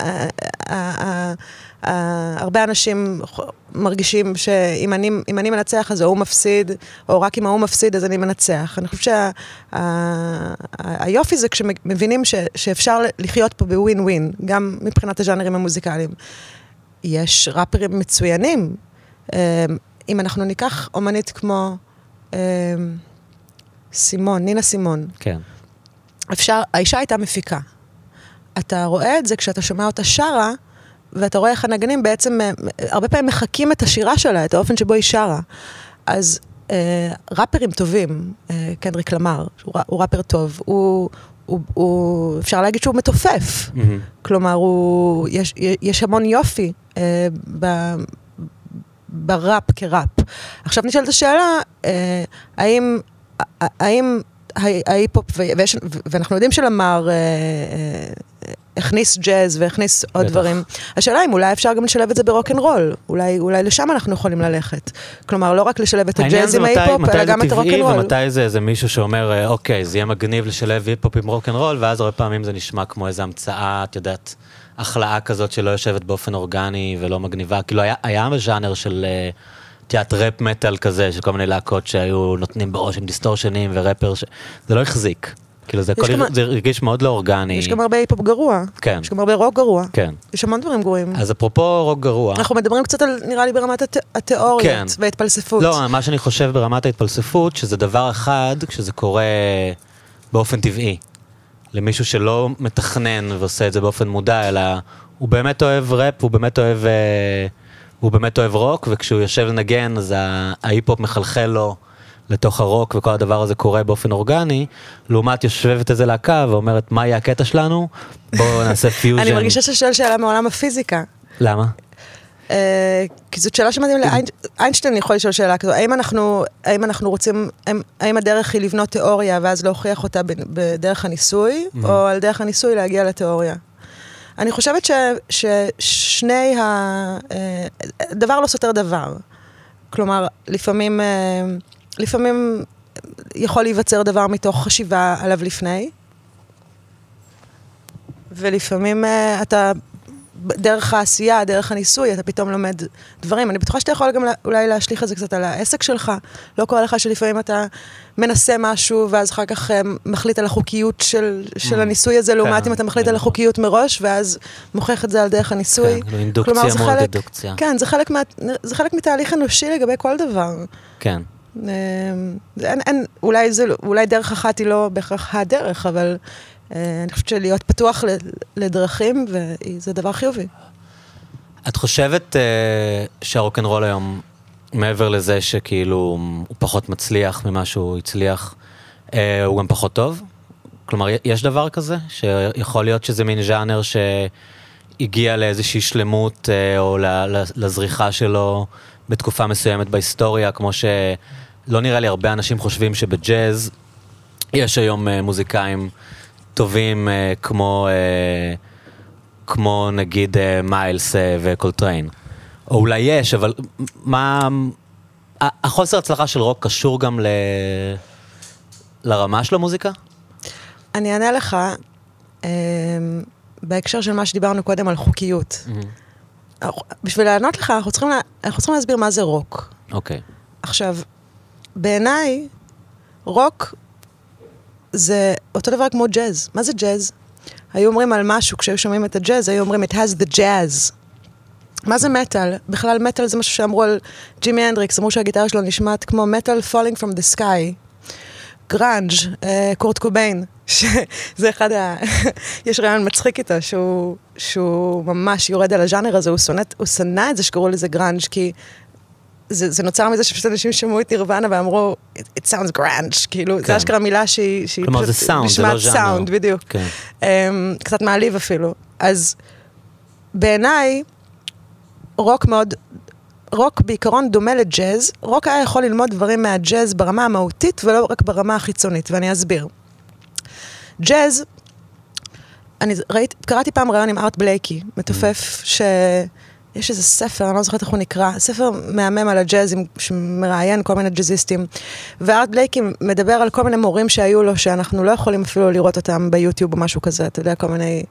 הרבה אנשים מרגישים שאם אני מנצח אז הוא מפסיד, או רק אם הוא מפסיד אז אני מנצח. אני חושבת שהיופי זה כשמבינים שאפשר לחיות פה בווין ווין, גם מבחינת הז'אנרים המוזיקליים. יש ראפרים מצוינים. אם אנחנו ניקח אומנית כמו סימון, נינה סימון. כן. האישה הייתה מפיקה. אתה רואה את זה כשאתה שומע אותה שרה, ואתה רואה איך הנגנים בעצם, הרבה פעמים מחכים את השירה שלה, את האופן שבו היא שרה. אז ראפרים טובים, קנדריק למר, הוא ראפר טוב, אפשר להגיד שהוא מתופף. כלומר, יש המון יופי בראפ כראפ. עכשיו נשאלת השאלה, האם ההיפ-הופ, ואנחנו יודעים שלמר הכניס ג'אז והכניס עוד דברים. השאלה אם אולי אפשר גם לשלב את זה ברוק'נ'רול. אולי לשם אנחנו יכולים ללכת. כלומר, לא רק לשלב את הג'אז עם ההיפ-הופ, אלא גם את הרוק'נ'רול. ומתי זה מישהו שאומר, אוקיי, זה יהיה מגניב לשלב היפ-הופ עם רוק'נ'רול, ואז הרבה פעמים זה נשמע כמו איזו המצאה, את יודעת, החלאה כזאת שלא יושבת באופן אורגני ולא מגניבה. כאילו, היה ז'אנר של תיאט ראפ מטל כזה, של כל מיני להקות שהיו נותנים בראש עם דיסטורשנים ורפר, זה לא החזיק. כאילו זה הרגיש מאוד לא אורגני. יש גם הרבה היפ-הופ גרוע. כן. יש גם הרבה רוק גרוע. כן. יש המון דברים גרועים. אז אפרופו רוק גרוע. אנחנו מדברים קצת על, נראה לי, ברמת התיאוריות והתפלספות. לא, מה שאני חושב ברמת ההתפלספות, שזה דבר אחד, כשזה קורה באופן טבעי. למישהו שלא מתכנן ועושה את זה באופן מודע, אלא הוא באמת אוהב ראפ, הוא באמת אוהב רוק, וכשהוא יושב לנגן, אז ההיפ-הופ מחלחל לו לתוך הרוק, וכל הדבר הזה קורה באופן אורגני, לעומת יושבת איזה להקה, ואומרת, מה יהיה הקטע שלנו? בואו נעשה פיוז'ן. אני מרגישה ששואל שאלה מעולם הפיזיקה. למה? כי זאת שאלה שמתאים לאיינשטיין יכול לשאול שאלה כזו, האם אנחנו רוצים, האם הדרך היא לבנות תיאוריה, ואז להוכיח אותה בדרך הניסוי, או על דרך הניסוי להגיע לתיאוריה? אני חושבת ששני דבר לא סותר דבר. כלומר, לפעמים יכול להיווצר דבר מתוך חשיבה עליו לפני, ולפעמים אתה, דרך העשייה, דרך הניסוי, אתה פתאום לומד דברים. אני בטוחה שאתה יכול גם אולי להשליך את זה קצת על העסק שלך. לא קורה לך שלפעמים אתה מנסה משהו, ואז אחר כך מחליט על החוקיות של הניסוי הזה, לעומת אם אתה מחליט על החוקיות מראש, ואז מוכיח את זה על דרך הניסוי. כן, אינדוקציה מול דדוקציה. כן, זה חלק מתהליך אנושי לגבי כל דבר. כן. אולי דרך אחת היא לא בהכרח הדרך, אבל אני חושבת שלהיות פתוח לדרכים, וזה דבר חיובי. את חושבת שהרוק'נ'רול היום, מעבר לזה שכאילו הוא פחות מצליח ממה שהוא הצליח, הוא גם פחות טוב? כלומר, יש דבר כזה? שיכול להיות שזה מין ז'אנר שהגיע לאיזושהי שלמות, או לזריחה שלו בתקופה מסוימת בהיסטוריה, כמו שלא נראה לי הרבה אנשים חושבים שבג'אז יש היום מוזיקאים טובים כמו נגיד מיילס וקולטריין. או אולי יש, אבל מה... החוסר הצלחה של רוק קשור גם לרמה של המוזיקה? אני אענה לך, בהקשר של מה שדיברנו קודם על חוקיות. בשביל לענות לך, אנחנו צריכים להסביר מה זה רוק. אוקיי. עכשיו, בעיניי, רוק זה אותו דבר כמו ג'אז. מה זה ג'אז? היו אומרים על משהו, כשהיו שומעים את הג'אז, היו אומרים, it has the jazz. מה זה מטל? בכלל מטל זה משהו שאמרו על ג'ימי הנדריקס, אמרו שהגיטרה שלו נשמעת כמו מטל falling from the sky. גרנג', קורט קוביין, שזה אחד יש רעיון מצחיק איתו, שהוא ממש יורד על הז'אנר הזה, הוא שנא את זה שקראו לזה גרנג', כי זה נוצר מזה שפשוט אנשים שמעו את נירוונה ואמרו, it sounds grunge, כאילו, זה אשכרה מילה שהיא כלומר, זה סאונד, זה לא ז'אנר. סאונד, בדיוק. קצת מעליב אפילו. אז בעיניי, רוק בעיקרון דומה לג'אז, רוק היה יכול ללמוד דברים מהג'אז ברמה המהותית ולא רק ברמה החיצונית, ואני אסביר. ג'אז, קראתי פעם רעיון עם ארט בלייקי, מתופף יש איזה ספר, אני לא זוכרת איך הוא נקרא, ספר מהמם על הג'אז, שמראיין כל מיני ג'אזיסטים, וארט בלייקי מדבר על כל מיני מורים שהיו לו, שאנחנו לא יכולים אפילו לראות אותם ביוטיוב או משהו כזה, אתה יודע, כל מיני...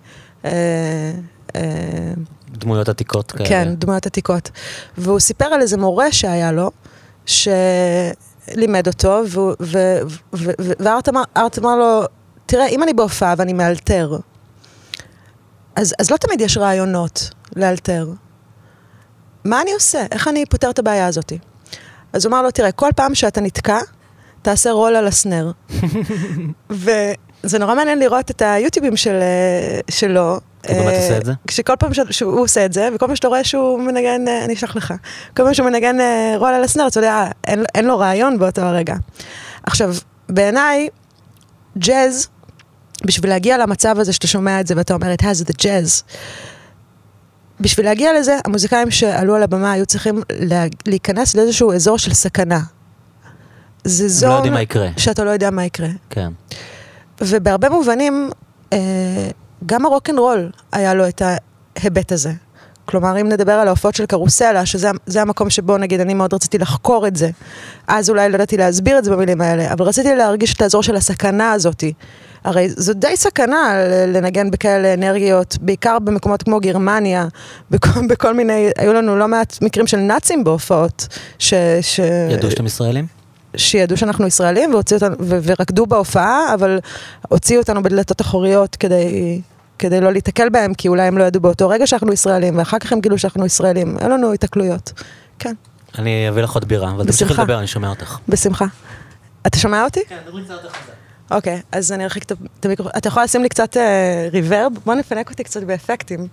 דמויות עתיקות כאלה. כן, דמויות עתיקות. והוא סיפר על איזה מורה שהיה לו, שלימד אותו, וארט אמר לו, תראה, אם אני בהופעה ואני מאלתר, אז לא תמיד יש רעיונות לאלתר. מה אני עושה? איך אני פותר את הבעיה הזאת? אז הוא אמר לו, תראה, כל פעם שאתה נתקע, תעשה רול על הסנר. וזה נורא מעניין לראות את היוטיובים שלו. הוא באמת עושה את זה? כשכל פעם שהוא עושה את זה, וכל פעם שאתה רואה שהוא מנגן, אני אשלח לך, כל פעם שהוא מנגן רול על הסנר, אתה יודע, אין לו רעיון באותו הרגע. עכשיו, בעיניי, ג'אז, בשביל להגיע למצב הזה שאתה שומע את זה, ואתה אומר, it has the jazz, בשביל להגיע לזה, המוזיקאים שעלו על הבמה היו צריכים להיכנס לאיזשהו אזור של סכנה. זה זון שאתה לא יודע מה יקרה. כן. ובהרבה מובנים, גם הרוק'נ'רול היה לו את ההיבט הזה. כלומר, אם נדבר על ההופעות של קרוסלה, שזה המקום שבו, נגיד, אני מאוד רציתי לחקור את זה, אז אולי לא ידעתי להסביר את זה במילים האלה, אבל רציתי להרגיש את האזור של הסכנה הזאת. הרי זו די סכנה לנגן בכאלה אנרגיות, בעיקר במקומות כמו גרמניה, בכל מיני, היו לנו לא מעט מקרים של נאצים בהופעות. ידעו שאתם ישראלים? שידעו שאנחנו ישראלים, ורקדו בהופעה, אבל הוציאו אותנו בדלתות אחוריות כדי לא להתקל בהם, כי אולי הם לא ידעו באותו רגע שאנחנו ישראלים, ואחר כך הם גילו שאנחנו ישראלים. אין לנו התקלויות. כן. אני אביא לך עוד בירה, אבל תמשיכי לדבר, אני שומע אותך. בשמחה. אתה שומע אותי? כן, דברי קצת יותר חזק. אוקיי, אז אני ארחיק את המיקרופון. אתה יכול לשים לי קצת ריברב? בוא נפנק אותי קצת באפקטים.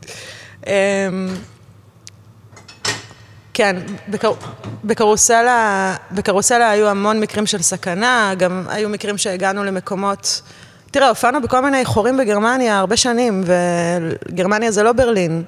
כן, בקרוסלה היו המון מקרים של סכנה, גם היו מקרים שהגענו למקומות... תראה, הופענו בכל מיני חורים בגרמניה הרבה שנים, וגרמניה זה לא ברלין.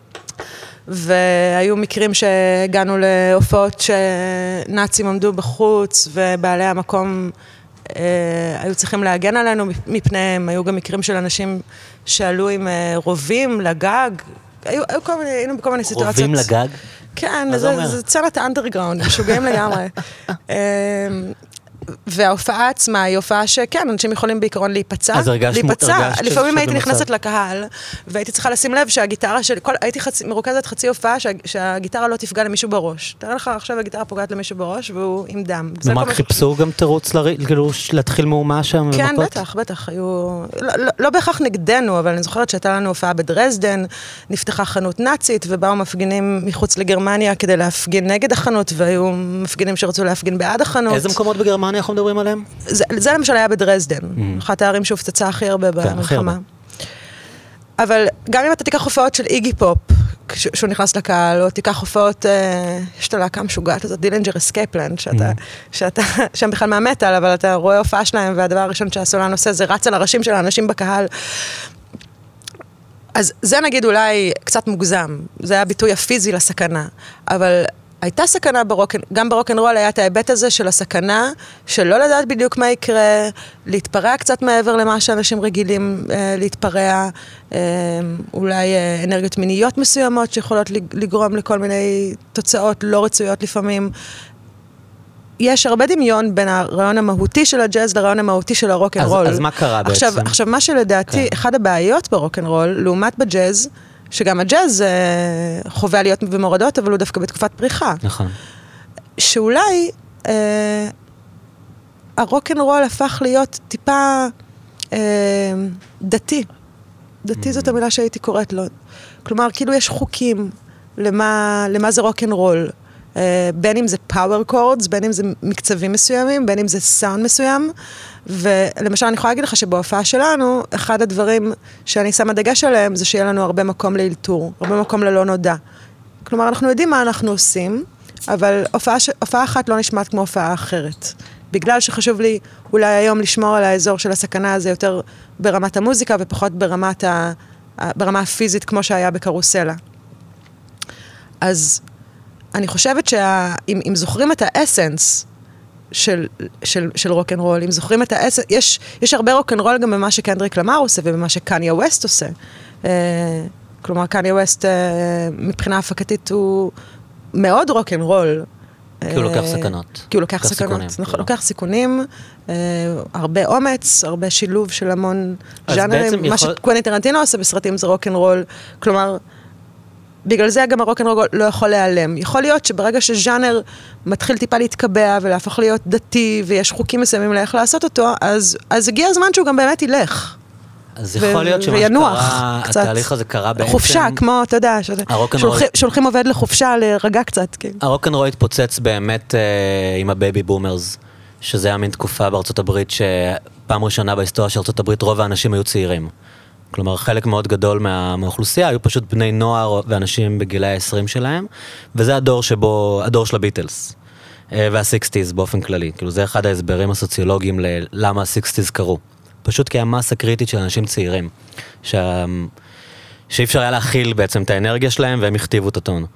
והיו מקרים שהגענו להופעות שנאצים עמדו בחוץ, ובעלי המקום היו צריכים להגן עלינו מפניהם. היו גם מקרים של אנשים שעלו עם רובים לגג. היינו בכל מיני סיטואציות. רובים לגג? כן, זה צנת האנדרגראונד, משוגעים לגמרי. וההופעה עצמה היא הופעה שכן, אנשים יכולים בעיקרון להיפצע. אז הרגשת לפעמים הייתי נכנסת לקהל, והייתי צריכה לשים לב שהגיטרה שלי, הייתי מרוכזת חצי הופעה, שהגיטרה לא תפגע למישהו בראש. תראה לך עכשיו הגיטרה פוגעת למישהו בראש, והוא עם דם. ממש חיפשו גם תירוץ להתחיל מהומה שם? כן, בטח. לא בהכרח נגדנו, אבל אני זוכרת שהייתה לנו הופעה בדרזדן, נפתחה חנות נאצית, ובאו מפגינים מחוץ לגרמניה כדי להפגין נגד החנות, והיו מפגינים שרצו להפגין בעד החנות. איזה מקומות בגרמניה אנחנו מדברים עליהם? זה למשל היה בדרזדן, אחת הערים שהופצצה הכי הרבה במלחמה. אבל גם אם אתה תיקח הופעות של איגי פופ, כשהוא נכנס לקהל, או תיקח הופעות, יש את הלהקה משוגעת הזאת, דילינג'ר אסקייפלנד, שאתה שם בכלל מהמטל, אבל אתה רואה הופעה שלהם, והדבר הראשון שהסולן עושה, זה רץ על הראשים של האנשים בקהל. אז זה נגיד אולי קצת מוגזם, זה היה ביטוי הפיזי לסכנה, אבל הייתה סכנה גם ברוק'נ'רול היה את ההיבט הזה של הסכנה, של לא לדעת בדיוק מה יקרה, להתפרע קצת מעבר למה שאנשים רגילים להתפרע, אולי אנרגיות מיניות מסוימות שיכולות לגרום לכל מיני תוצאות לא רצויות לפעמים. יש הרבה דמיון בין הרעיון המהותי של הג'אז לרעיון המהותי של הרוק'נ'רול. אז מה קרה בעצם? עכשיו מה שלדעתי, אחד הבעיות ברוק'נ'רול, לעומת בג'אז, שגם הג'אז חווה עליות ומורדות, אבל הוא דווקא בתקופת פריחה. נכון. שאולי הרוק'נ'רול הפך להיות טיפה דתי. דתי זאת המילה שהייתי קוראת לו. כלומר, כאילו יש חוקים למה זה רוק'נ'רול. בין אם זה פאוור קורדס, בין אם זה מקצבים מסוימים, בין אם זה סאונד מסוים, ולמשל אני יכולה להגיד לך שבהופעה שלנו, אחד הדברים שאני שמה דגש עליהם, זה שיהיה לנו הרבה מקום לאלתור, הרבה מקום ללא נודע. כלומר, אנחנו יודעים מה אנחנו עושים, אבל הופעה אחת לא נשמעת כמו הופעה אחרת. בגלל שחשוב לי אולי היום לשמור על האזור של הסכנה הזה יותר ברמת המוזיקה, ופחות ברמה הפיזית כמו שהיה בקרוסלה. אז אני חושבת שאם זוכרים את האסנס של רוק'נ'רול, אם זוכרים את האסנס, יש הרבה רוק'נ'רול גם במה שקנדריק למר עושה ובמה שקניה ווסט עושה. כלומר, קניה ווסט מבחינה הפקתית הוא מאוד רוק'נ'רול. כי הוא לוקח סכנות. כי הוא לוקח סכנות, נכון, לוקח סיכונים, הרבה אומץ, הרבה שילוב של המון ז'אנרים. מה שקווינטין טרנטינו עושה בסרטים זה רוק'נ'רול, כלומר, בגלל זה גם הרוק'נ'רול לא יכול להיעלם. יכול להיות שברגע שז'אנר מתחיל טיפה להתקבע ולהפוך להיות דתי, ויש חוקים מסוימים לאיך לעשות אותו, אז הגיע הזמן שהוא גם באמת ילך. אז יכול להיות שמה שקרה, התהליך הזה קרה בעצם... חופשה, כמו, אתה יודע, שולחים עובד לחופשה להירגע קצת. הרוק'נ'רול התפוצץ באמת עם הבייבי בומרס, שזה היה מין תקופה בארצות הברית, שפעם ראשונה בהיסטוריה של ארצות הברית רוב האנשים היו צעירים. כלומר, חלק מאוד גדול מהאוכלוסייה היו פשוט בני נוער ואנשים בגילי ה-20 שלהם, וזה הדור של הביטלס, וה-60s באופן כללי. כאילו, זה אחד ההסברים הסוציולוגיים ללמה ה-60s קרו. פשוט כי המסה קריטית של אנשים צעירים, שאי אפשר היה להכיל בעצם את האנרגיה שלהם, והם הכתיבו את הטון.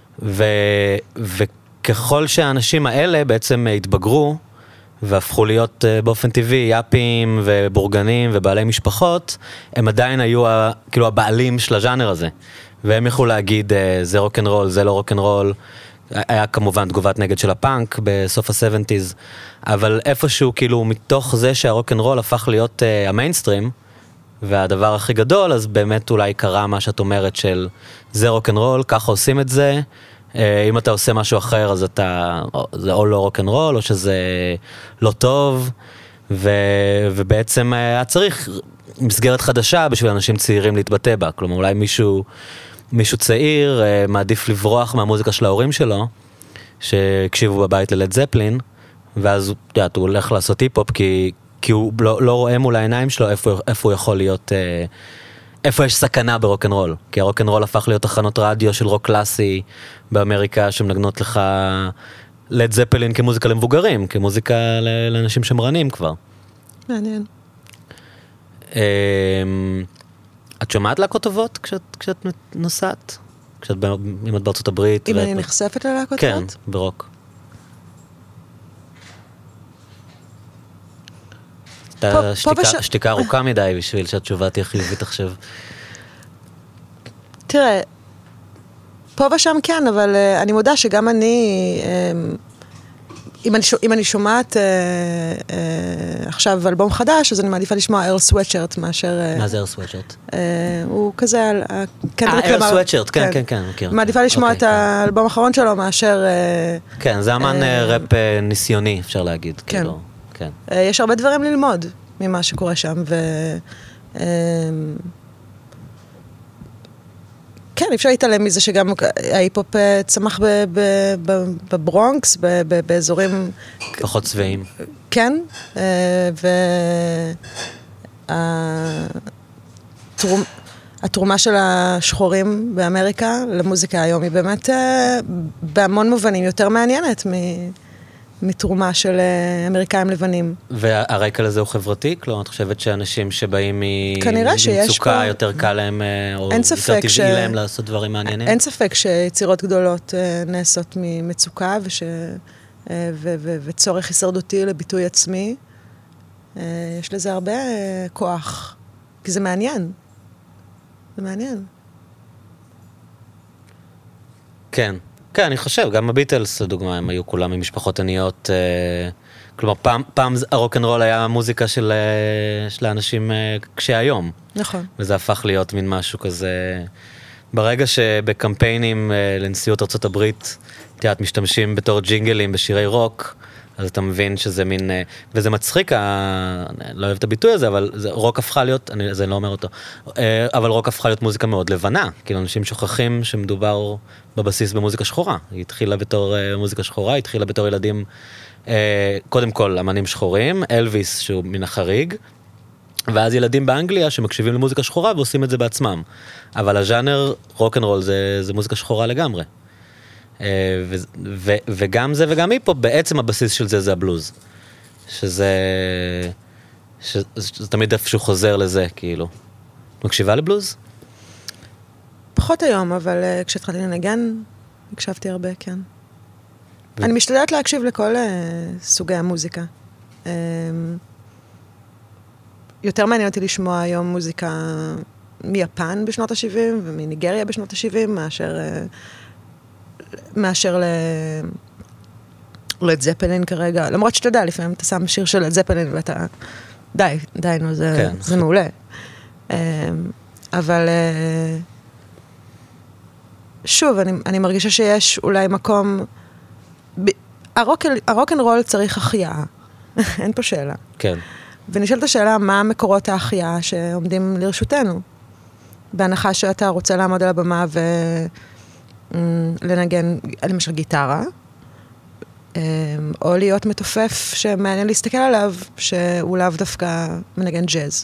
וככל שהאנשים האלה בעצם התבגרו, והפכו להיות באופן טבעי יאפים ובורגנים ובעלי משפחות, הם עדיין היו כאילו הבעלים של הז'אנר הזה. והם יכלו להגיד, זה רוק'נ'רול, זה לא רוק'נ'רול. היה כמובן תגובת נגד של הפאנק בסוף ה-70s, אבל איפשהו כאילו מתוך זה שהרוק'נ'רול הפך להיות המיינסטרים, והדבר הכי גדול, אז באמת אולי קרה מה שאת אומרת של זה רוק'נ'רול, ככה עושים את זה, אם אתה עושה משהו אחר, אז זה או לא רוק'נ'רול, או שזה לא טוב, ובעצם היה צריך מסגרת חדשה בשביל אנשים צעירים להתבטא בה. כלומר, אולי מישהו צעיר מעדיף לברוח מהמוזיקה של ההורים שלו, שהקשיבו בבית ללד זפלין, ואז הוא הולך לעשות היפ-הופ, כי הוא לא רואה מול העיניים שלו איפה הוא יכול להיות... איפה יש סכנה ברוק'נ'רול? כי הרוק'נ'רול הפך להיות תחנות רדיו של רוק קלאסי באמריקה, שמנגנות לך לד זפלין כמוזיקה למבוגרים, כמוזיקה לאנשים שמרנים כבר. מעניין. את שומעת להקות טובות כשאת נוסעת? אם את בארצות הברית? אם אני נחשפת ללהקות טובות? כן, ברוק. שתיקה ארוכה מדי בשביל שהתשובה תהיה חיובית עכשיו. תראה, פה ושם כן, אבל אני מודה שגם אני אם אני שומעת עכשיו אלבום חדש, אז אני מעדיפה לשמוע ארל סוואטשרט מאשר... מה זה ארל סוואטשרט? הוא כזה... ארל סוואטשרט, כן, כן, כן, מכיר. מעדיפה לשמוע את האלבום האחרון שלו מאשר... כן, זה אמן ראפ ניסיוני, אפשר להגיד. כן. כן. יש הרבה דברים ללמוד ממה שקורה שם, כן, אפשר להתעלם מזה שגם ההיפ-הופ צמח בברונקס, באזורים... פחות צבעים. כן, והתרומה של השחורים באמריקה למוזיקה היום היא באמת בהמון מובנים יותר מעניינת מתרומה של אמריקאים לבנים. והרקע לזה הוא חברתי? כלומר, את חושבת שאנשים שבאים ממצוקה יותר קל להם, או יותר טבעי להם לעשות דברים מעניינים? אין ספק שיצירות גדולות נעשות ממצוקה, וצורך הישרדותי לביטוי עצמי. יש לזה הרבה כוח, כי זה מעניין. זה מעניין. כן. כן, אני חושב, גם הביטלס, לדוגמה, הם היו כולם ממשפחות עניות, כלומר, פעם הרוק'נ'רול היה מוזיקה של האנשים כשהיום. נכון. וזה הפך להיות מין משהו כזה, ברגע שבקמפיינים לנשיאות ארצות הברית, תיאת משתמשים בתור ג'ינגלים בשירי רוק, אז אתה מבין שזה מין, וזה מצחיק, לא אוהב את הביטוי הזה, אבל רוק הפכה להיות, אני לא אומר אותו, אבל רוק הפכה להיות מוזיקה מאוד לבנה, כאילו אנשים שוכחים שמדובר בבסיס במוזיקה שחורה, היא התחילה בתור מוזיקה שחורה, היא התחילה בתור ילדים, קודם כל אמנים שחורים, אלוויס שהוא מן החריג, ואז ילדים באנגליה שמקשיבים למוזיקה שחורה ועושים את זה בעצמם, אבל הז'אנר רוק'נ'רול זה מוזיקה שחורה לגמרי. וגם זה וגם היפ-הופ, בעצם הבסיס של זה הבלוז. שזה תמיד איפשהו חוזר לזה, כאילו. מקשיבה לבלוז? פחות היום, אבל כשהתחלתי לנגן, הקשבתי הרבה, כן. אני משתדלת להקשיב לכל סוגי המוזיקה. יותר מעניין אותי לשמוע היום מוזיקה מיפן בשנות ה-70 ומניגריה בשנות ה-70, מאשר לד זפלין כרגע, למרות שאתה יודע, לפעמים אתה שם שיר של לד זפלין ואתה, די, נו, זה מעולה. אבל שוב, אני מרגישה שיש אולי מקום, הרוק'נ'רול צריך החייאה, אין פה שאלה. כן. ונשאלת השאלה, מה מקורות ההחייאה שעומדים לרשותנו? בהנחה שאתה רוצה לעמוד על הבמה לנגן, למשל גיטרה, או להיות מתופף שמעניין להסתכל עליו, שהוא לאו דווקא מנגן ג'אז.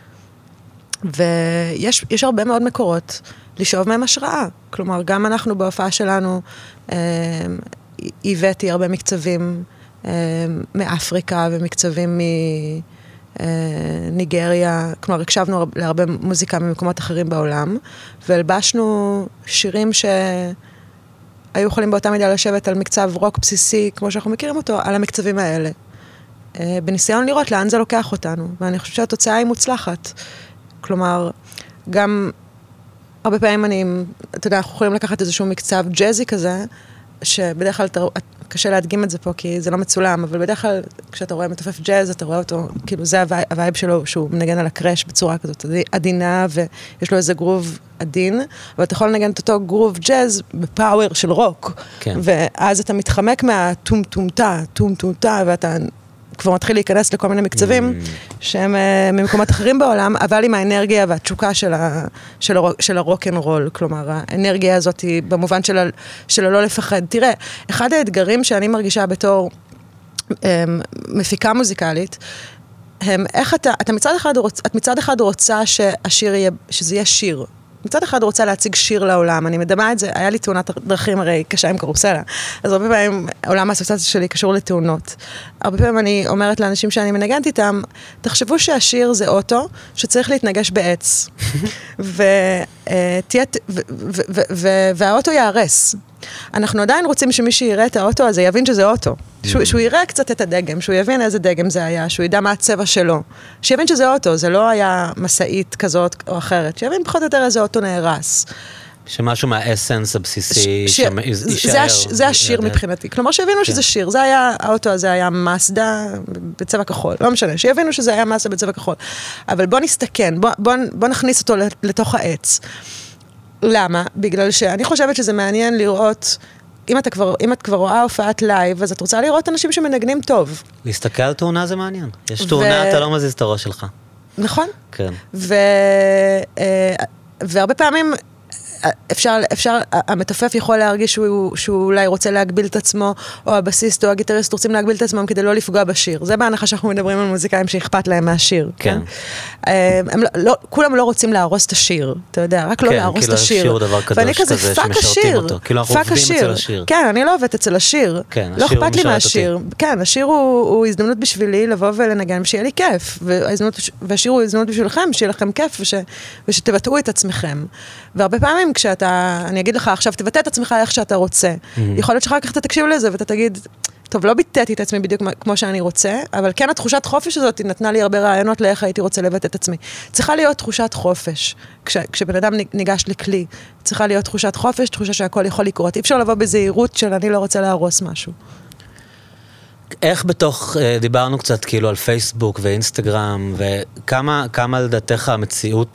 ויש הרבה מאוד מקורות לשאוב מהם השראה. כלומר, גם אנחנו בהופעה שלנו הבאתי הרבה מקצבים מאפריקה ומקצבים מניגריה, כלומר, הקשבנו להרבה מוזיקה ממקומות אחרים בעולם, והלבשנו שירים שהיו יכולים באותה מידה לשבת על מקצב רוק בסיסי, כמו שאנחנו מכירים אותו, על המקצבים האלה. בניסיון לראות לאן זה לוקח אותנו, ואני חושבת שהתוצאה היא מוצלחת. כלומר, גם הרבה פעמים אתה יודע, אנחנו יכולים לקחת איזשהו מקצב ג'אזי כזה, שבדרך כלל קשה להדגים את זה פה, כי זה לא מצולם, אבל בדרך כלל כשאתה רואה מתופף ג'אז, אתה רואה אותו, כאילו זה הווייב שלו, שהוא מנגן על הקרש בצורה כזאת עדינה, ויש לו איזה גרוב עדין, אבל אתה יכול לנגן את אותו גרוב ג'אז בפאוור של רוק, כן. ואז אתה מתחמק מהטום-טום-טה, ואתה כבר מתחיל להיכנס לכל מיני מקצבים, שהם ממקומות אחרים בעולם, אבל עם האנרגיה והתשוקה של הרוק'נ'רול, כלומר, האנרגיה הזאת היא במובן של לא לפחד. תראה, אחד האתגרים שאני מרגישה בתור מפיקה מוזיקלית, הם איך את מצד אחד רוצה שהשיר יהיה, שזה יהיה שיר. מצד אחד רוצה להציג שיר לעולם, אני מדמה את זה, היה לי תאונת דרכים הרי קשה עם קרוסלה, אז הרבה פעמים עולם האסוציאציה שלי קשור לתאונות. הרבה פעמים אני אומרת לאנשים שאני מנגנת איתם, תחשבו שהשיר זה אוטו שצריך להתנגש בעץ, והאוטו יערס. אנחנו עדיין רוצים שמי שיראה את האוטו הזה יבין שזה אוטו. שהוא יראה קצת את הדגם, שהוא יבין איזה דגם זה היה, שהוא ידע מה הצבע שלו. שיבין שזה אוטו, זה לא היה מסעית כזאת או אחרת. שיבין פחות או יותר איזה אוטו נהרס. שמשהו מהאסנס הבסיסי זה השיר מבחינתי. כלומר, שהבינו שזה שיר. זה היה, האוטו הזה היה מסדה בצבע כחול. לא משנה, שהבינו שזה היה מסדה בצבע כחול. אבל בוא נסתכן, בוא נכניס אותו לתוך העץ. למה? בגלל שאני חושבת שזה מעניין לראות, אם את כבר רואה הופעת לייב, אז את רוצה לראות אנשים שמנגנים טוב. להסתכל על תאונה זה מעניין. יש תאונה, אתה לא מזיז את הראש שלך. נכון. כן. והרבה פעמים המתופף יכול להרגיש שהוא אולי רוצה להגביל את עצמו, או הבסיסט או הגיטריסט רוצים להגביל את עצמם כדי לא לפגוע בשיר. זה בהנחה שאנחנו מדברים על מוזיקאים שאכפת להם מהשיר. כן. כולם לא רוצים להרוס את השיר, אתה יודע, רק לא להרוס את השיר. כן, כאילו השיר הוא דבר קדוש כזה שמשרתים אותו. כאילו אנחנו עובדים אצל השיר. כן, אני לא עובדת אצל השיר. כן, לא השיר אכפת לי משרת מהשיר. אותי. כן, השיר הוא הזדמנות בשבילי לבוא ולנגן ושיהיה לי כיף. והשיר הוא הזדמנות בשבילכם, שיהיה לכם כיף ושתבטאו את עצמכם. והרבה פעמים אני אגיד לך, עכשיו תבטא את עצמך איך שאתה רוצה. יכול להיות שאחר כך אתה תקשיב לזה ואתה תגיד, טוב, לא ביטאתי את עצמי בדיוק כמו שאני רוצה, אבל כן התחושת חופש הזאת נתנה לי הרבה רעיונות לאיך הייתי רוצה לבטא את עצמי. צריכה להיות תחושת חופש. כשבן אדם ניגש לכלי, צריכה להיות תחושת חופש, תחושה שהכל יכול לקרות. אי אפשר לבוא בזהירות של אני לא רוצה להרוס משהו. איך דיברנו קצת כאילו על פייסבוק ואינסטגרם, וכמה לדעתך המציאות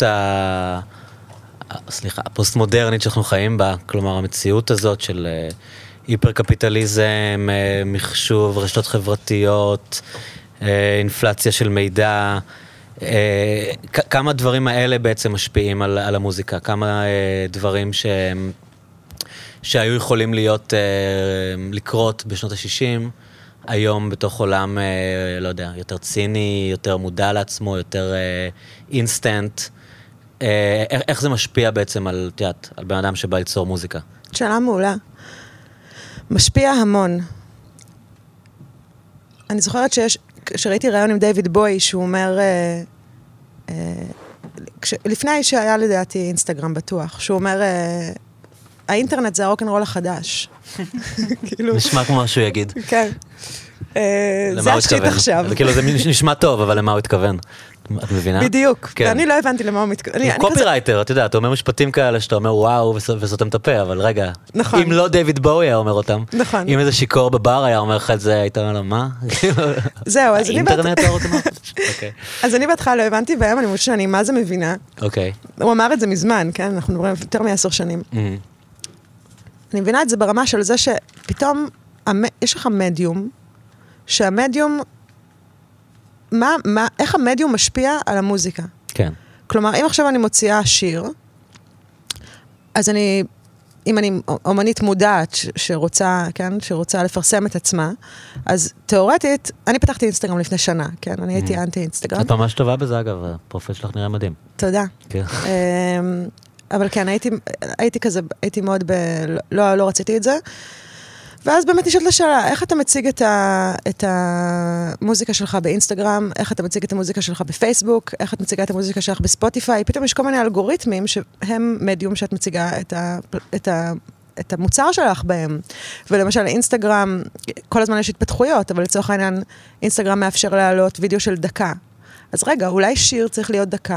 הפוסט-מודרנית שאנחנו חיים בה, כלומר המציאות הזאת של היפר-קפיטליזם, מחשוב, רשתות חברתיות, אינפלציה של מידע, כמה דברים האלה בעצם משפיעים על המוזיקה, כמה דברים שהיו יכולים לקרות בשנות ה-60, היום בתוך עולם, לא יודע, יותר ציני, יותר מודע לעצמו, יותר אינסטנט, איך זה משפיע בעצם על בן אדם שבא ליצור מוזיקה? שאלה מעולה. משפיע המון. אני זוכרת שראיתי רעיון עם דיוויד בוי, שהוא אומר, לפני שהיה לדעתי אינסטגרם בטוח, שהוא אומר, האינטרנט זה הרוק'נ'רול החדש. נשמע כמו מה שהוא יגיד. כן. זה השיט עכשיו. כאילו זה נשמע טוב, אבל למה הוא התכוון? את מבינה? בדיוק. אני לא הבנתי למה הוא מתכוון. הוא קופירייטר, אתה יודע, אתה אומר משפטים כאלה שאתה אומר וואו וסותם את הפה, אבל רגע, אם לא דיוויד בואי היה אומר אותם, אם איזה שיקור בבר היה אומר לך את זה, היית אומר לו, מה? זהו, אז אני בהתחלה לא הבנתי, והיום אני חושבת שאני מה זה מבינה. הוא אמר את זה מזמן, כן? אנחנו מדברים יותר מ10 שנים. אני מבינה את זה ברמה של זה שפתאום יש לך מדיום, שהמדיום, איך המדיום משפיע על המוזיקה. כן. כלומר, אם עכשיו אני מוציאה שיר, אז אם אני אומנית מודעת שרוצה, כן, שרוצה לפרסם את עצמה, אז תיאורטית, אני פתחתי אינסטגרם לפני שנה, כן, אני הייתי אנטי אינסטגרם. את ממש טובה בזה, אגב, הפרופיל שלך נראה מדהים. תודה. כן. אבל כן, הייתי כזה, הייתי מאוד לא רציתי את זה. ואז באמת נשאלת לשאלה, איך אתה מציג את המוזיקה שלך באינסטגרם, איך אתה מציג את המוזיקה שלך בפייסבוק, איך את מציגה את המוזיקה שלך בספוטיפיי, פתאום יש כל מיני אלגוריתמים שהם מדיום שאת מציגה את המוצר שלך בהם. ולמשל, אינסטגרם, כל הזמן יש התפתחויות, אבל לצורך העניין, אינסטגרם מאפשר להעלות וידאו של דקה. אז רגע, אולי שיר צריך להיות דקה.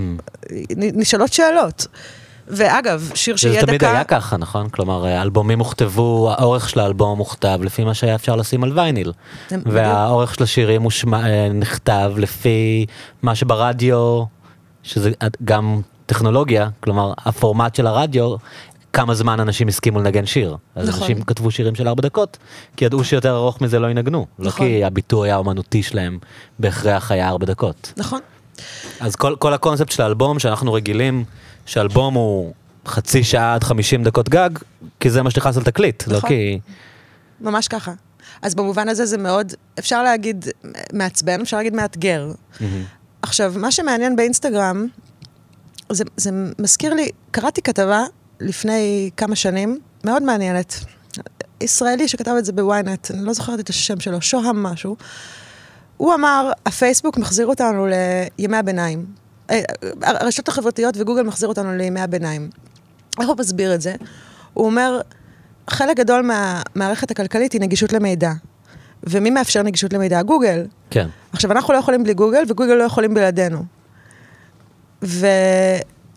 נשאלות שאלות. ואגב, שיר שיהיה דקה... זה תמיד היה ככה, נכון? כלומר, אלבומים הוכתבו, האורך של האלבום מוכתב לפי מה שהיה אפשר לשים על וייניל. והאורך של השירים נכתב לפי מה שברדיו, שזה גם טכנולוגיה, כלומר, הפורמט של הרדיו, כמה זמן אנשים הסכימו לנגן שיר. אז אנשים כתבו שירים של 4 דקות, כי ידעו שיותר ארוך מזה לא ינגנו. לא כי הביטוי האומנותי שלהם בהכרח היה 4 דקות. נכון. אז כל הקונספט של האלבום שאנחנו רגילים, שאלבום הוא חצי שעה עד 50 דקות גג, כי זה מה שתכנס על תקליט, לא כי... ממש ככה. אז במובן הזה זה מאוד, אפשר להגיד מעצבן, אפשר להגיד מאתגר. עכשיו, מה שמעניין באינסטגרם, זה מזכיר לי, קראתי כתבה לפני כמה שנים, מאוד מעניינת. ישראלי שכתב את זה בוויינט, אני לא זוכרת את השם שלו, שוהם משהו. הוא אמר, הפייסבוק מחזיר אותנו לימי הביניים. הרשתות החברתיות וגוגל מחזיר אותנו לימי הביניים. איך הוא מסביר את זה? הוא אומר, חלק גדול מהמערכת הכלכלית היא נגישות למידע. ומי מאפשר נגישות למידע? גוגל. כן. עכשיו, אנחנו לא יכולים בלי גוגל, וגוגל לא יכולים בלעדינו.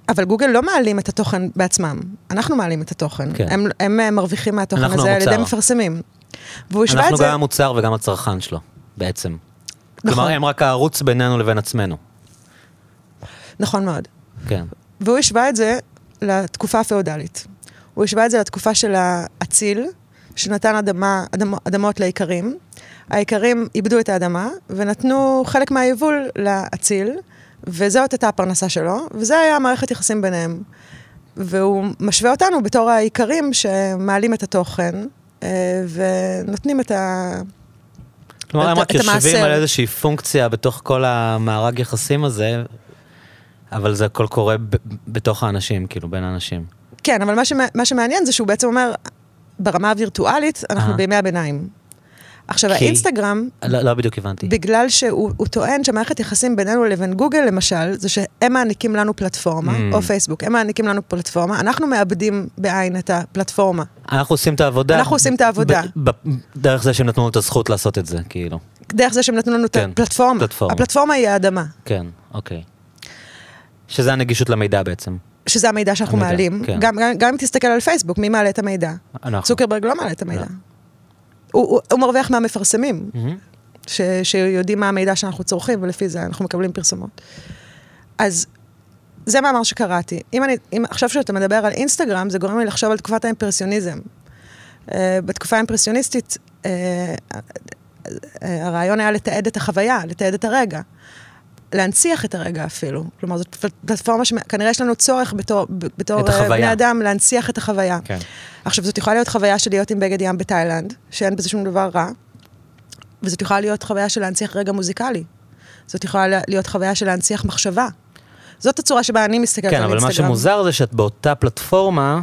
אבל גוגל לא מעלים את התוכן בעצמם, אנחנו מעלים את התוכן. כן. הם מרוויחים מהתוכן הזה על ידי מפרסמים. אנחנו גם המוצר וגם הצרכן שלו, בעצם. נכון. כלומר, הם רק הערוץ בינינו לבין עצמנו. נכון מאוד. כן. והוא השווה את זה לתקופה הפאודלית. הוא השווה את זה לתקופה של האציל, שנתן אדמות לאיכרים. האיכרים איבדו את האדמה, ונתנו חלק מהיבול לאציל, וזאת הייתה הפרנסה שלו, וזה היה מערכת יחסים ביניהם. והוא משווה אותנו בתור האיכרים שמעלים את התוכן, ונותנים את כלומר, הם רק יושבים על איזושהי פונקציה בתוך כל המארג יחסים הזה, אבל זה הכל קורה בתוך האנשים, כאילו, בין האנשים. כן, אבל מה שמעניין זה שהוא בעצם אומר, ברמה הווירטואלית, אנחנו בימי הביניים. עכשיו, האינסטגרם, לא בדיוק הבנתי. בגלל שהוא טוען שמערכת יחסים בינינו לבין גוגל, למשל, זה שהם מעניקים לנו פלטפורמה, או פייסבוק, הם מעניקים לנו פלטפורמה, אנחנו מאבדים בעין את הפלטפורמה. אנחנו עושים את העבודה. אנחנו עושים את העבודה. דרך זה שהם נתנו לנו את הזכות לעשות את זה, כאילו. דרך זה שהם נתנו לנו את הפלטפורמה. הפלטפורמה היא האדמה. כן, אוקיי. שזה הנגישות למידע בעצם. שזה המידע שאנחנו מעלים. גם אם תסתכל על פייסבוק, מי מעלה את המידע? צוקרברג לא מעלה את המידע. הוא מרוויח מהמפרסמים, שיודעים מה המידע שאנחנו צורכים, ולפי זה אנחנו מקבלים פרסומות. אז זה מאמר שקראתי. אם עכשיו שאתה מדבר על אינסטגרם, זה גורם לי לחשוב על תקופת האימפרסיוניזם. בתקופה האימפרסיוניסטית, הרעיון היה לתעד את החוויה, לתעד את הרגע. להנציח את הרגע אפילו. כלומר, זאת פלטפורמה שכנראה יש לנו צורך בתור בני אדם להנציח את החוויה. כן. עכשיו, זאת יכולה להיות חוויה של להיות עם בגד ים בתאילנד, שאין בזה שום דבר רע, וזאת יכולה להיות חוויה של להנציח רגע מוזיקלי. זאת יכולה להיות חוויה של להנציח מחשבה. זאת הצורה שבה אני מסתכלת על אינסטגרם. כן, אבל מה שמוזר זה שאת באותה פלטפורמה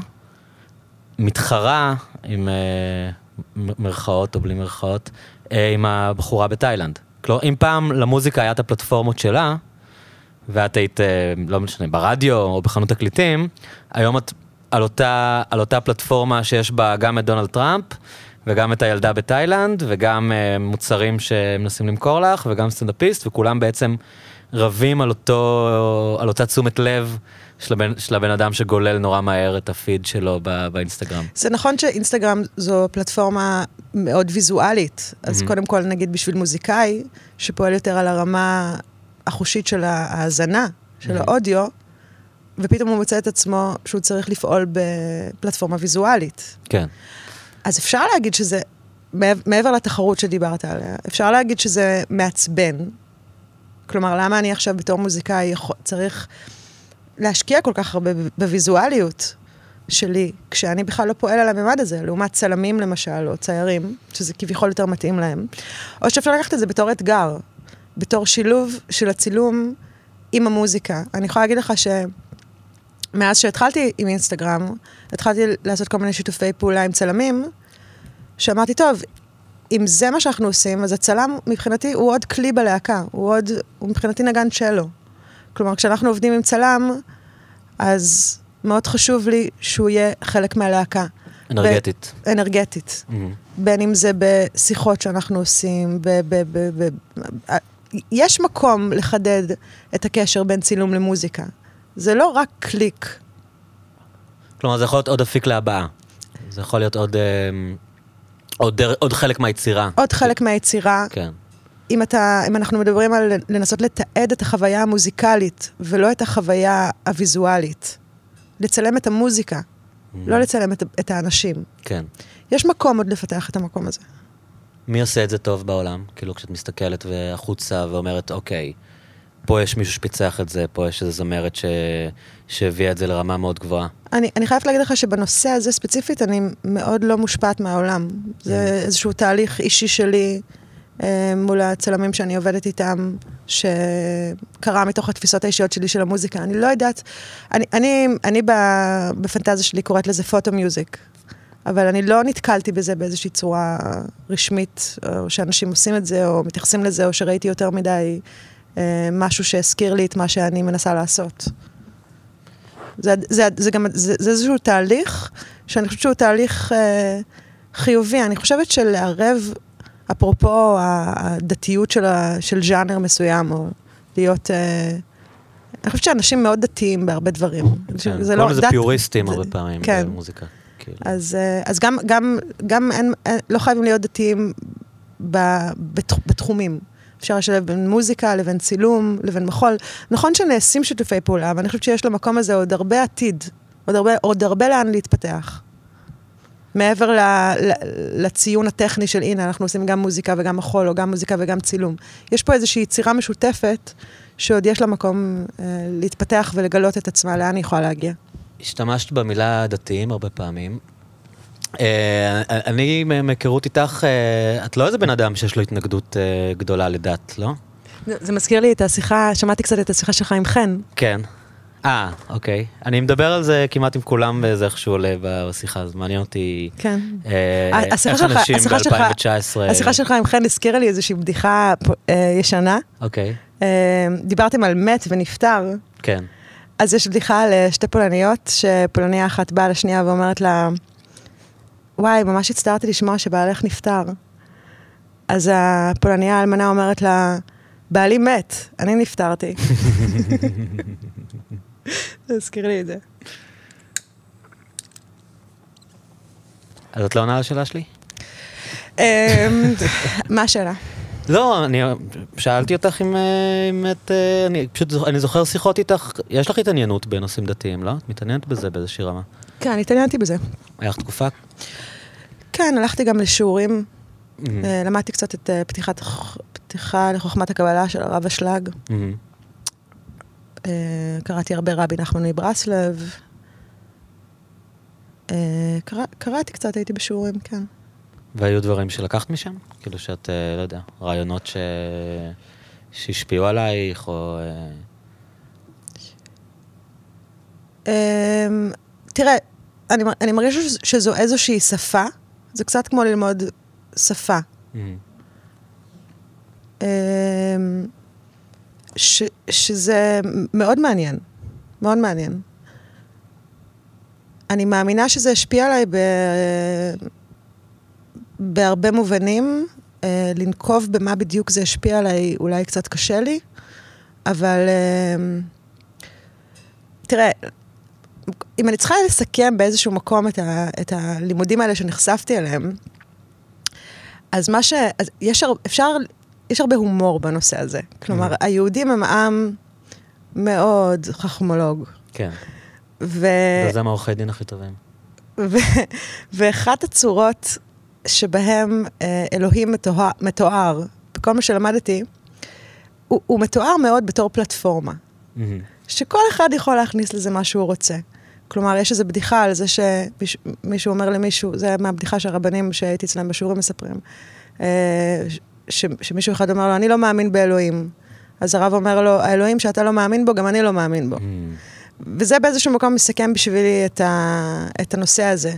מתחרה עם מרכאות או בלי מרכאות, עם הבחורה בתאילנד. כלומר, אם פעם למוזיקה היה את הפלטפורמות שלה, ואת היית, לא משנה, ברדיו או בחנות תקליטים, היום את על אותה פלטפורמה שיש בה גם את דונלד טראמפ, וגם את הילדה בתאילנד, וגם מוצרים שמנסים למכור לך, וגם סטנדאפיסט, וכולם בעצם רבים על אותה תשומת לב של הבן אדם שגולל נורא מהר את הפיד שלו באינסטגרם. זה נכון שאינסטגרם זו פלטפורמה מאוד ויזואלית, אז קודם כל נגיד בשביל מוזיקאי, שפועל יותר על הרמה החושית של ההאזנה, של האודיו, ופתאום הוא מוצא את עצמו שהוא צריך לפעול בפלטפורמה ויזואלית. כן. אז אפשר להגיד שזה, מעבר לתחרות שדיברת עליה, אפשר להגיד שזה מעצבן. כלומר, למה אני עכשיו בתור מוזיקאי צריך להשקיע כל כך הרבה בוויזואליות שלי, כשאני בכלל לא פועל על הממד הזה, לעומת צלמים למשל, או ציירים, שזה כביכול יותר מתאים להם. או שאפשר לקחת את זה בתור אתגר, בתור שילוב של הצילום עם המוזיקה. אני יכולה להגיד לך מאז שהתחלתי עם אינסטגרם, התחלתי לעשות כל מיני שיתופי פעולה עם צלמים, שאמרתי, טוב, אם זה מה שאנחנו עושים, אז הצלם מבחינתי הוא עוד כלי בלהקה, הוא מבחינתי נגן צ'לו. כלומר, כשאנחנו עובדים עם צלם, אז מאוד חשוב לי שהוא יהיה חלק מהלהקה. אנרגטית. אנרגטית. בין אם זה בשיחות שאנחנו עושים, יש מקום לחדד את הקשר בין צילום למוזיקה. זה לא רק קליק. כלומר, זה יכול להיות עוד אפיק להבאה. זה יכול להיות עוד חלק מהיצירה. עוד חלק מהיצירה. כן. אם אנחנו מדברים על לנסות לתעד את החוויה המוזיקלית, ולא את החוויה הוויזואלית. לצלם את המוזיקה, לא לצלם את האנשים. כן. יש מקום עוד לפתח את המקום הזה. מי עושה את זה טוב בעולם? כאילו כשאת מסתכלת והחוצה ואומרת, אוקיי, פה יש מישהו שפיצח את זה, פה יש איזו זמרת שהביאה את זה לרמה מאוד גבוהה. אני חייבת להגיד לך שבנושא הזה ספציפית, אני מאוד לא מושפעת מהעולם. זה איזשהו תהליך אישי שלי, מול הצלמים שאני עובדת איתם, שקרה מתוך התפיסות האישיות שלי של המוזיקה. אני לא יודעת, אני בפנטזיה שלי קוראת לזה פוטו-מיוזיק, אבל אני לא נתקלתי בזה באיזושהי צורה רשמית, או שאנשים עושים את זה, או מתייחסים לזה, או שראיתי יותר מדי משהו שהזכיר לי את מה שאני מנסה לעשות. זה איזשהו תהליך, שאני חושבת שהוא תהליך חיובי. אני חושבת שלערב, אפרופו הדתיות של ז'אנר מסוים, או להיות אני חושבת שאנשים מאוד דתיים בהרבה דברים. קוראים לזה פיוריסטים הרבה פעמים במוזיקה. אז גם לא חייבים להיות דתיים בתחומים. אפשר לשלב בין מוזיקה לבין צילום, לבין מחול. נכון שנעשים שיתופי פעולה, אבל אני חושבת שיש למקום הזה עוד הרבה עתיד, עוד הרבה לאן להתפתח. מעבר לציון הטכני של הנה, אנחנו עושים גם מוזיקה וגם מחול, או גם מוזיקה וגם צילום. יש פה איזושהי יצירה משותפת, שעוד יש לה מקום להתפתח ולגלות את עצמה, לאן היא יכולה להגיע. השתמשת במילה דתיים הרבה פעמים. אני מהיכרות איתך, את לא איזה בן אדם שיש לו התנגדות גדולה לדת, לא? זה מזכיר לי את השיחה, שמעתי קצת את השיחה שלך עם חן. כן. אוקיי. אני מדבר על זה כמעט עם כולם באיזה איכשהו עולה בשיחה, אז מעניין אותי כן. איך אנשים ב-2019... השיחה שלך עם חן הזכירה לי איזושהי בדיחה ישנה. אוקיי. דיברתם על מת ונפטר. כן. אז יש בדיחה על שתי פולניות, שפולניה אחת באה לשנייה ואומרת לה, וואי, ממש הצטערתי לשמוע שבעלך נפטר. אז הפולניה האלמנה אומרת לה, בעלי מת, אני נפטרתי. תזכיר לי את זה. אז את לא עונה לשאלה שלי? מה השאלה? לא, אני שאלתי אותך אם את... אני זוכר שיחות איתך, יש לך התעניינות בנושאים דתיים, לא? את מתעניינת בזה באיזושהי רמה? כן, אני התעניינתי בזה. היה לך תקופה? כן, הלכתי גם לשיעורים, למדתי קצת את פתיחה לחוכמת הקבלה של הרב אשלג. קראתי הרבה רבי נחמן מברסלב. קראתי קצת, הייתי בשיעורים, כן. והיו דברים שלקחת משם? כאילו שאת, לא יודע, רעיונות שהשפיעו עלייך, או... תראה, אני מרגישה שזו איזושהי שפה, זה קצת כמו ללמוד שפה. שזה מאוד מעניין, מאוד מעניין. אני מאמינה שזה השפיע עליי בהרבה מובנים, לנקוב במה בדיוק זה השפיע עליי, אולי קצת קשה לי, אבל תראה, אם אני צריכה לסכם באיזשהו מקום את הלימודים האלה שנחשפתי אליהם, אז יש הרבה הומור בנושא הזה. כלומר, היהודים הם עם מאוד חכמולוג. כן. וזה מהעורכי דין הכי טובים. ואחת הצורות שבהם אלוהים מתואר, בכל מה שלמדתי, הוא מתואר מאוד בתור פלטפורמה. שכל אחד יכול להכניס לזה מה שהוא רוצה. כלומר, יש איזו בדיחה על זה שמישהו אומר למישהו, זה מהבדיחה שהרבנים שהייתי אצלם בשיעורים מספרים, שמישהו אחד אומר לו, אני לא מאמין באלוהים. אז הרב אומר לו, האלוהים שאתה לא מאמין בו, גם אני לא מאמין בו. וזה באיזשהו מקום מסכם בשבילי את הנושא הזה.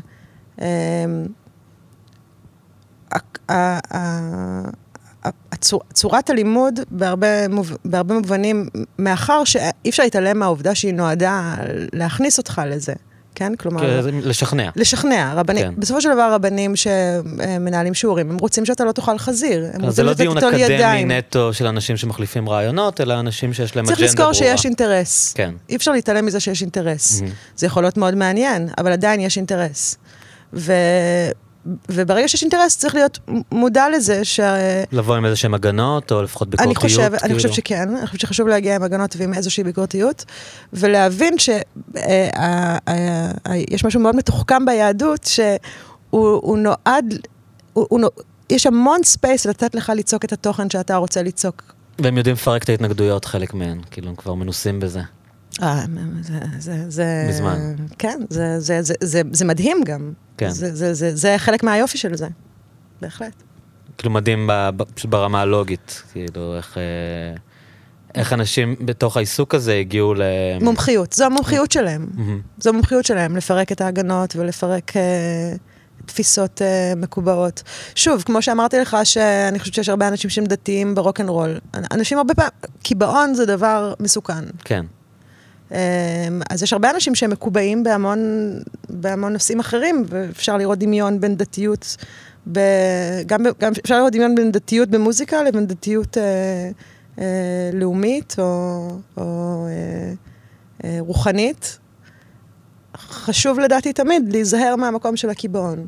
צורת הלימוד בהרבה מובנים, מאחר שאי אפשר להתעלם מהעובדה שהיא נועדה להכניס אותך לזה, כן? כלומר... לשכנע. לשכנע. בסופו של דבר, רבנים שמנהלים שיעורים, הם רוצים שאתה לא תאכל חזיר. זה לא דיון אקדמי נטו של אנשים שמחליפים רעיונות, אלא אנשים שיש להם אג'נדה ברורה. צריך לזכור שיש אינטרס. כן. אי אפשר להתעלם מזה שיש אינטרס. זה יכול להיות מאוד מעניין, אבל עדיין יש אינטרס. וברגע שיש אינטרס, צריך להיות מודע לזה לבוא עם איזושהי הגנות, או לפחות ביקורתיות? אני חושב שכן. אני חושב שחשוב להגיע עם הגנות ועם איזושהי ביקורתיות, ולהבין שיש משהו מאוד מתוחכם ביהדות, שהוא נועד, יש המון ספייס לתת לך ליצוק את התוכן שאתה רוצה ליצוק. והם יודעים לפרק את ההתנגדויות, חלק מהן, כאילו הם כבר מנוסים בזה. מזמן. כן, זה מדהים גם. כן. זה חלק מהיופי של זה, בהחלט. כאילו מדהים ברמה הלוגית, כאילו איך אנשים בתוך העיסוק הזה הגיעו מומחיות, זו המומחיות שלהם. זו המומחיות שלהם, לפרק את ההגנות ולפרק תפיסות מקובעות. שוב, כמו שאמרתי לך, שאני חושבת שיש הרבה אנשים שהם דתיים ברוק'נ'רול. אנשים הרבה פעמים, קיבעון זה דבר מסוכן. כן. אז יש הרבה אנשים שהם מקובעים בהמון נושאים אחרים, ואפשר לראות דמיון בין דתיות, גם אפשר לראות דמיון בין דתיות במוזיקה לבין דתיות לאומית או רוחנית, חשוב לדעתי תמיד להיזהר מהמקום של הקיבעון.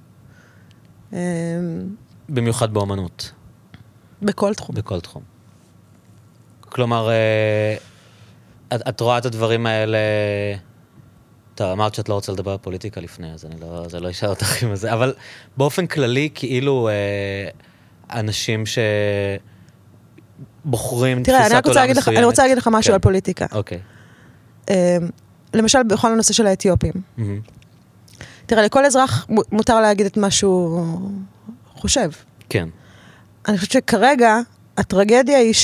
במיוחד באמנות. בכל תחום. בכל תחום. כלומר, את רואה את הדברים האלה, טוב, אמרת שאת לא רוצה לדבר על פוליטיקה לפני, אז אני לא אשאר אותך עם זה, אבל באופן כללי, כאילו, אנשים שבוחרים תפיסת עולם מסוימת. אני רוצה להגיד לך משהו על פוליטיקה. אוקיי. למשל, בכל הנושא של האתיופים. תראה, לכל אזרח מותר להגיד את מה שהוא חושב. כן. אני חושבת שכרגע, הטרגדיה היא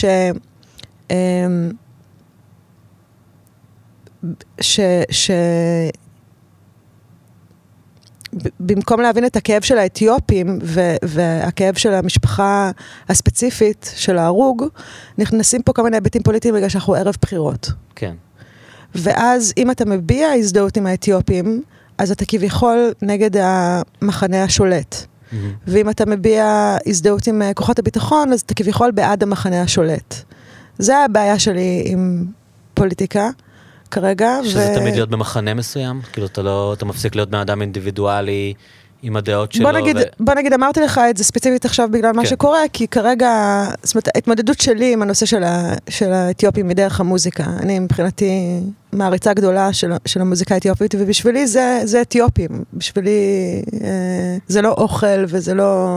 במקום להבין את הכאב של האתיופים והכאב של המשפחה הספציפית של ההרוג, נכנסים פה כל מיני היבטים פוליטיים בגלל שאנחנו ערב בחירות. כן. ואז אם אתה מביע הזדהות עם האתיופים, אז אתה כביכול נגד המחנה השולט. ואם אתה מביע הזדהות עם כוחות הביטחון, אז אתה כביכול בעד המחנה השולט. זה הבעיה שלי עם פוליטיקה כרגע. שזה תמיד להיות במחנה מסוים? כאילו אתה מפסיק להיות בן אדם אינדיבידואלי עם הדעות שלו? בוא נגיד, אמרתי לך את זה ספציפית עכשיו בגלל מה שקורה, כי כרגע, זאת אומרת, ההתמודדות שלי עם הנושא של האתיופים מדרך המוזיקה. אני מבחינתי מעריצה גדולה של המוזיקה האתיופית, ובשבילי זה אתיופים. בשבילי זה לא אוכל וזה לא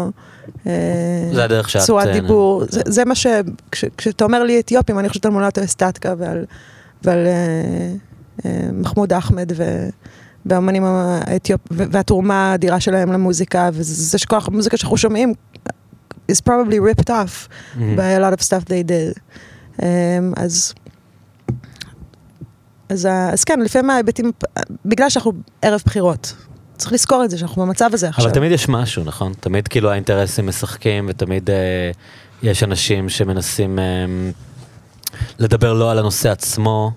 צורת דיבור. זה מה כשאתה אומר לי אתיופים, אני חושבת על מולטו אסטטקה ועל מחמוד אחמד והאמנים האתיופים, והתרומה האדירה שלהם למוזיקה, וזה שכל המוזיקה שאנחנו שומעים, is probably ripped off by a lot of stuff they did. אז כן, לפעמים ההיבטים, בגלל שאנחנו ערב בחירות, צריך לזכור את זה, שאנחנו במצב הזה עכשיו. אבל תמיד יש משהו, נכון? תמיד כאילו האינטרסים משחקים, ותמיד יש אנשים שמנסים לדבר לא על הנושא עצמו,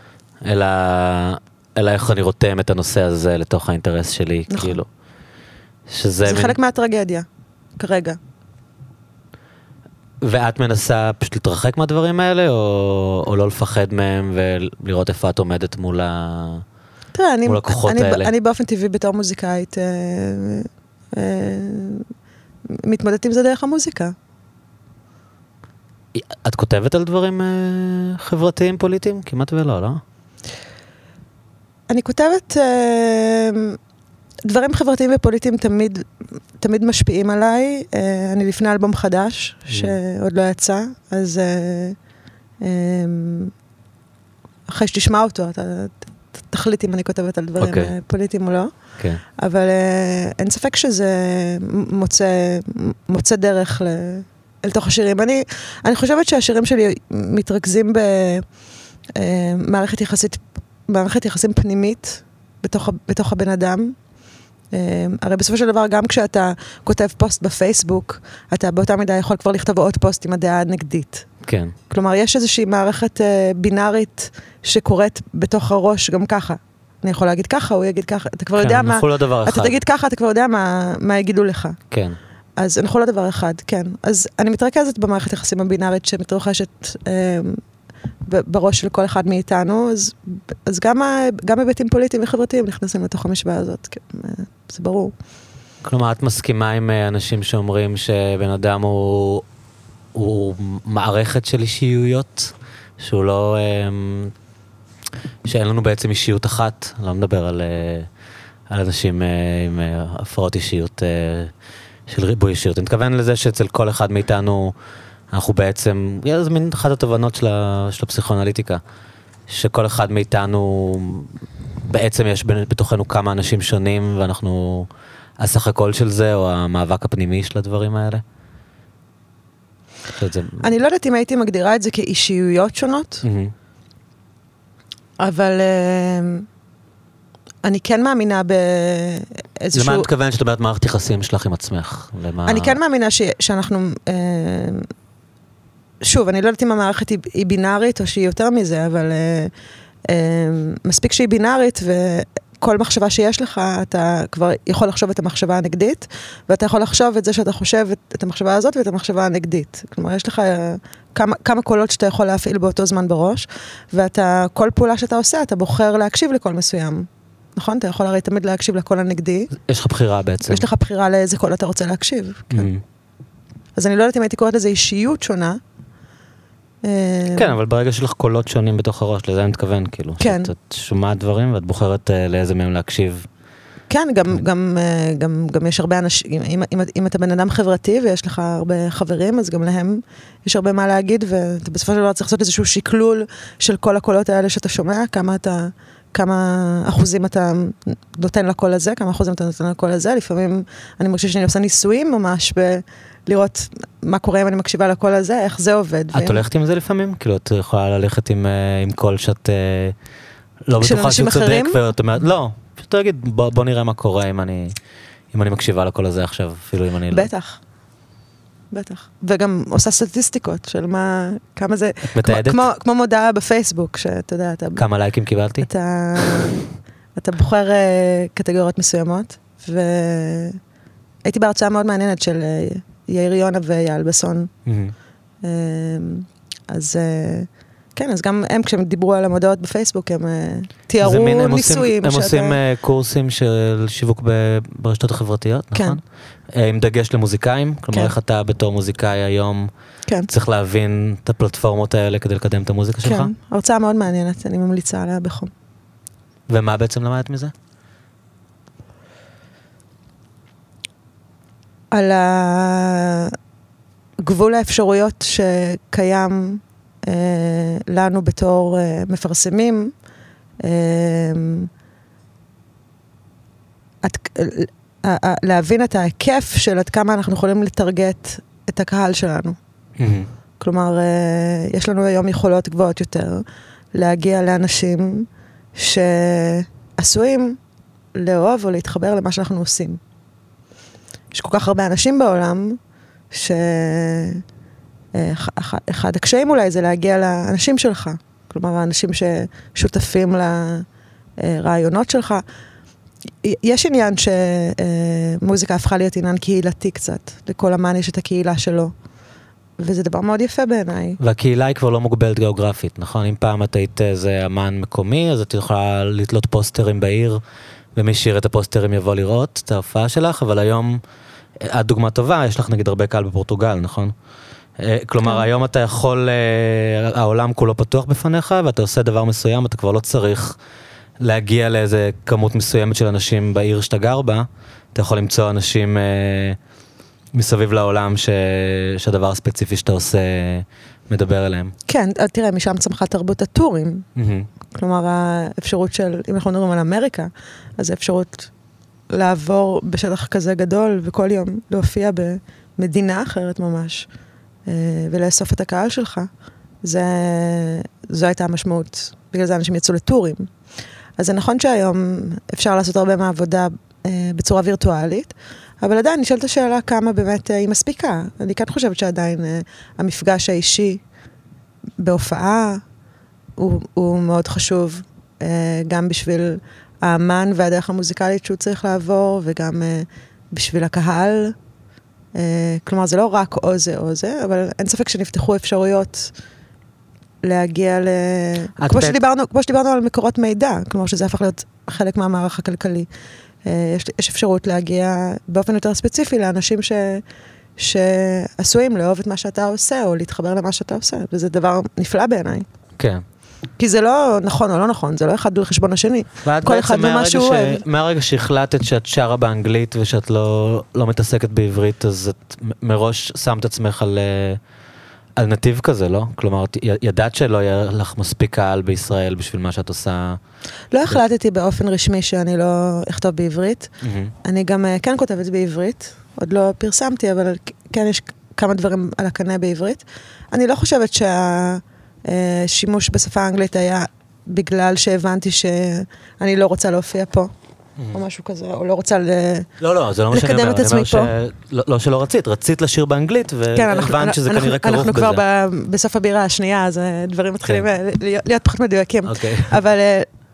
אלא איך אני רותם את הנושא הזה לתוך האינטרס שלי, נכון. כאילו. זה חלק מהטרגדיה, כרגע. ואת מנסה פשוט להתרחק מהדברים האלה, או לא לפחד מהם ולראות איפה את עומדת מול הכוחות האלה? אני באופן טבעי בתור מוזיקאית מתמודדת עם זה דרך המוזיקה. את כותבת על דברים חברתיים, פוליטיים? כמעט ולא, לא? אני כותבת דברים חברתיים ופוליטיים תמיד משפיעים עליי. אני לפני אלבום חדש, שעוד לא יצא, אז אחרי שתשמע אותו, אתה תחליט אם אני כותבת על דברים פוליטיים או לא. אבל אין ספק שזה מוצא דרך אל תוך השירים. אני חושבת שהשירים שלי מתרכזים במערכת יחסים פנימית בתוך הבן אדם. הרי בסופו של דבר, גם כשאתה כותב פוסט בפייסבוק, אתה באותה מידה יכול כבר לכתוב עוד פוסט עם הדעה הנגדית. כן. כלומר, יש איזושהי מערכת בינארית שקורית בתוך הראש גם ככה. אני יכול להגיד ככה, הוא יגיד ככה. אתה כבר יודע מה... אתה תגיד ככה, אתה כבר יודע מה יגידו לך. כן. אז אנחנו לא דבר אחד, כן. אז אני מתרכזת במערכת יחסים הבינארית שמתרחשת בראש של כל אחד מאיתנו, אז גם היבטים פוליטיים וחברתיים נכנסים לתוך המשוואה הזאת, זה ברור. כלומר, את מסכימה עם אנשים שאומרים שבן אדם הוא מערכת של אישיויות, שהוא לא... שאין לנו בעצם אישיות אחת, אני לא מדבר על אנשים עם הפרעות אישיות, של ריבוי אישיות. אני מתכוון לזה שאצל כל אחד מאיתנו, אנחנו בעצם, זה מין אחת התובנות של הפסיכואנליטיקה, שכל אחד מאיתנו, בעצם יש בתוכנו כמה אנשים שונים, ואנחנו הסך הכל של זה, או המאבק הפנימי של הדברים האלה. אני לא יודעת אם הייתי מגדירה את זה כאישיויות שונות, אבל אני כן מאמינה באיזשהו... למה את מתכוונת שאת אומרת מערכת יחסים שלך עם עצמך? אני כן מאמינה שאנחנו... שוב, אני לא יודעת אם המערכת היא בינארית או שהיא יותר מזה, אבל מספיק שהיא בינארית כל מחשבה שיש לך, אתה כבר יכול לחשוב את המחשבה הנגדית, ואתה יכול לחשוב את זה שאתה חושב את המחשבה הזאת ואת המחשבה הנגדית. כלומר, יש לך כמה קולות שאתה יכול להפעיל באותו זמן בראש, כל פעולה שאתה עושה, אתה בוחר להקשיב לקול מסוים. נכון? אתה יכול הרי תמיד להקשיב לקול הנגדי. יש לך בחירה בעצם. יש לך בחירה לאיזה קול אתה רוצה להקשיב. כן. אז אני לא יודעת אם הייתי קוראת לזה אישיות שונה. כן, אבל ברגע שלך קולות שונים בתוך הראש, לזה אני מתכוון, כאילו. כן. שאת שומעת דברים ואת בוחרת לאיזה מהם להקשיב. כן, גם יש הרבה אנשים, אם אתה בן אדם חברתי ויש לך הרבה חברים, אז גם להם יש הרבה מה להגיד, ואתה בסופו של דבר צריך לעשות איזשהו שקלול של כל הקולות האלה שאתה שומע, כמה אחוזים אתה נותן לקול הזה, כמה אחוזים אתה נותן לקול הזה. לפעמים אני מרגישה שאני עושה ניסויים ממש לראות מה קורה אם אני מקשיבה לקול הזה, איך זה עובד. את הולכת עם זה לפעמים? כאילו, את יכולה ללכת עם קול שאת לא בטוחה שהוא צודק, ואת אומרת, לא, פשוט להגיד, בוא נראה מה קורה אם אני מקשיבה לקול הזה עכשיו, אפילו אם אני לא. בטח. וגם עושה סטטיסטיקות של כמה זה, כמו מודעה בפייסבוק, שאתה יודע, כמה לייקים קיבלתי? אתה בוחר קטגוריות מסוימות, והייתי בהרצאה מאוד מעניינת של יאיר יונה ויעל בסון. אז כן, אז גם הם כשהם דיברו על המודעות בפייסבוק, הם תיארו ניסויים. הם עושים קורסים של שיווק ברשתות החברתיות, נכון? עם דגש למוזיקאים, כלומר איך אתה בתור מוזיקאי היום צריך להבין את הפלטפורמות האלה כדי לקדם את המוזיקה שלך? כן, הרצאה מאוד מעניינת, אני ממליצה עליה בחום. ומה בעצם למדת מזה? על גבול האפשרויות שקיים לנו בתור מפרסמים, להבין את ההיקף של עד כמה אנחנו יכולים לטרגט את הקהל שלנו. כלומר, יש לנו היום יכולות גבוהות יותר להגיע לאנשים שעשויים לאהוב או להתחבר למה שאנחנו עושים. יש כל כך הרבה אנשים בעולם אחד הקשיים אולי זה להגיע לאנשים שלך, כלומר האנשים ששותפים לרעיונות שלך. יש עניין שמוזיקה הפכה להיות עניין קהילתי קצת, לכל אמן יש את הקהילה שלו, וזה דבר מאוד יפה בעיניי. והקהילה היא כבר לא מוגבלת גיאוגרפית, נכון? אם פעם את היית איזה אמן מקומי, אז את יכולה לתלות פוסטרים בעיר, ומי שיר את הפוסטרים יבוא לראות את ההופעה שלך, אבל היום, את דוגמה טובה, יש לך נגיד הרבה קהל בפורטוגל, נכון? כלומר, היום אתה יכול, העולם כולו פתוח בפניך, ואתה עושה דבר מסוים, אתה כבר לא צריך להגיע לאיזה כמות מסוימת של אנשים בעיר שאתה גר בה, אתה יכול למצוא אנשים מסביב לעולם שהדבר הספציפי שאתה עושה מדבר אליהם. כן, תראה, משם צמחה תרבות הטורים. כלומר, האפשרות של, אם אנחנו מדברים על אמריקה, אז האפשרות לעבור בשטח כזה גדול, וכל יום להופיע במדינה אחרת ממש, ולאסוף את הקהל שלך, זו הייתה המשמעות. בגלל זה אנשים יצאו לטורים. אז זה נכון שהיום אפשר לעשות הרבה מהעבודה בצורה וירטואלית, אבל עדיין נשאלת השאלה כמה באמת היא מספיקה. אני כאן חושבת שעדיין המפגש האישי בהופעה הוא מאוד חשוב, גם בשביל האמן והדרך המוזיקלית שהוא צריך לעבור, וגם בשביל הקהל. כלומר, זה לא רק או זה או זה, אבל אין ספק שנפתחו אפשרויות להגיע כמו שדיברנו על מקורות מידע, כלומר שזה הפך להיות חלק מהמערך הכלכלי. יש אפשרות להגיע באופן יותר ספציפי לאנשים שעשויים לאהוב את מה שאתה עושה, או להתחבר למה שאתה עושה, וזה דבר נפלא בעיניי. כן. כי זה לא נכון או לא נכון, זה לא אחד לחשבון השני. כל אחד במה שהוא אוהב. מהרגע שהחלטת שאת שרה באנגלית ושאת לא מתעסקת בעברית, אז את מראש שמת עצמך על נתיב כזה, לא? כלומר, ידעת שלא יהיה לך מספיק קהל בישראל בשביל מה שאת עושה? לא החלטתי באופן רשמי שאני לא אכתוב בעברית. אני גם כן כותבת בעברית, עוד לא פרסמתי, אבל כן יש כמה דברים על הקנה בעברית. אני לא חושבת שהשימוש בשפה האנגלית היה בגלל שהבנתי שאני לא רוצה להופיע פה. או משהו כזה, או לא רוצה לקדם את עצמי פה. לא שלא רצית לשיר באנגלית, והבנת שזה כנראה כרוך בזה. אנחנו כבר בסוף הבירה השנייה, אז דברים מתחילים להיות פחות מדויקים. אבל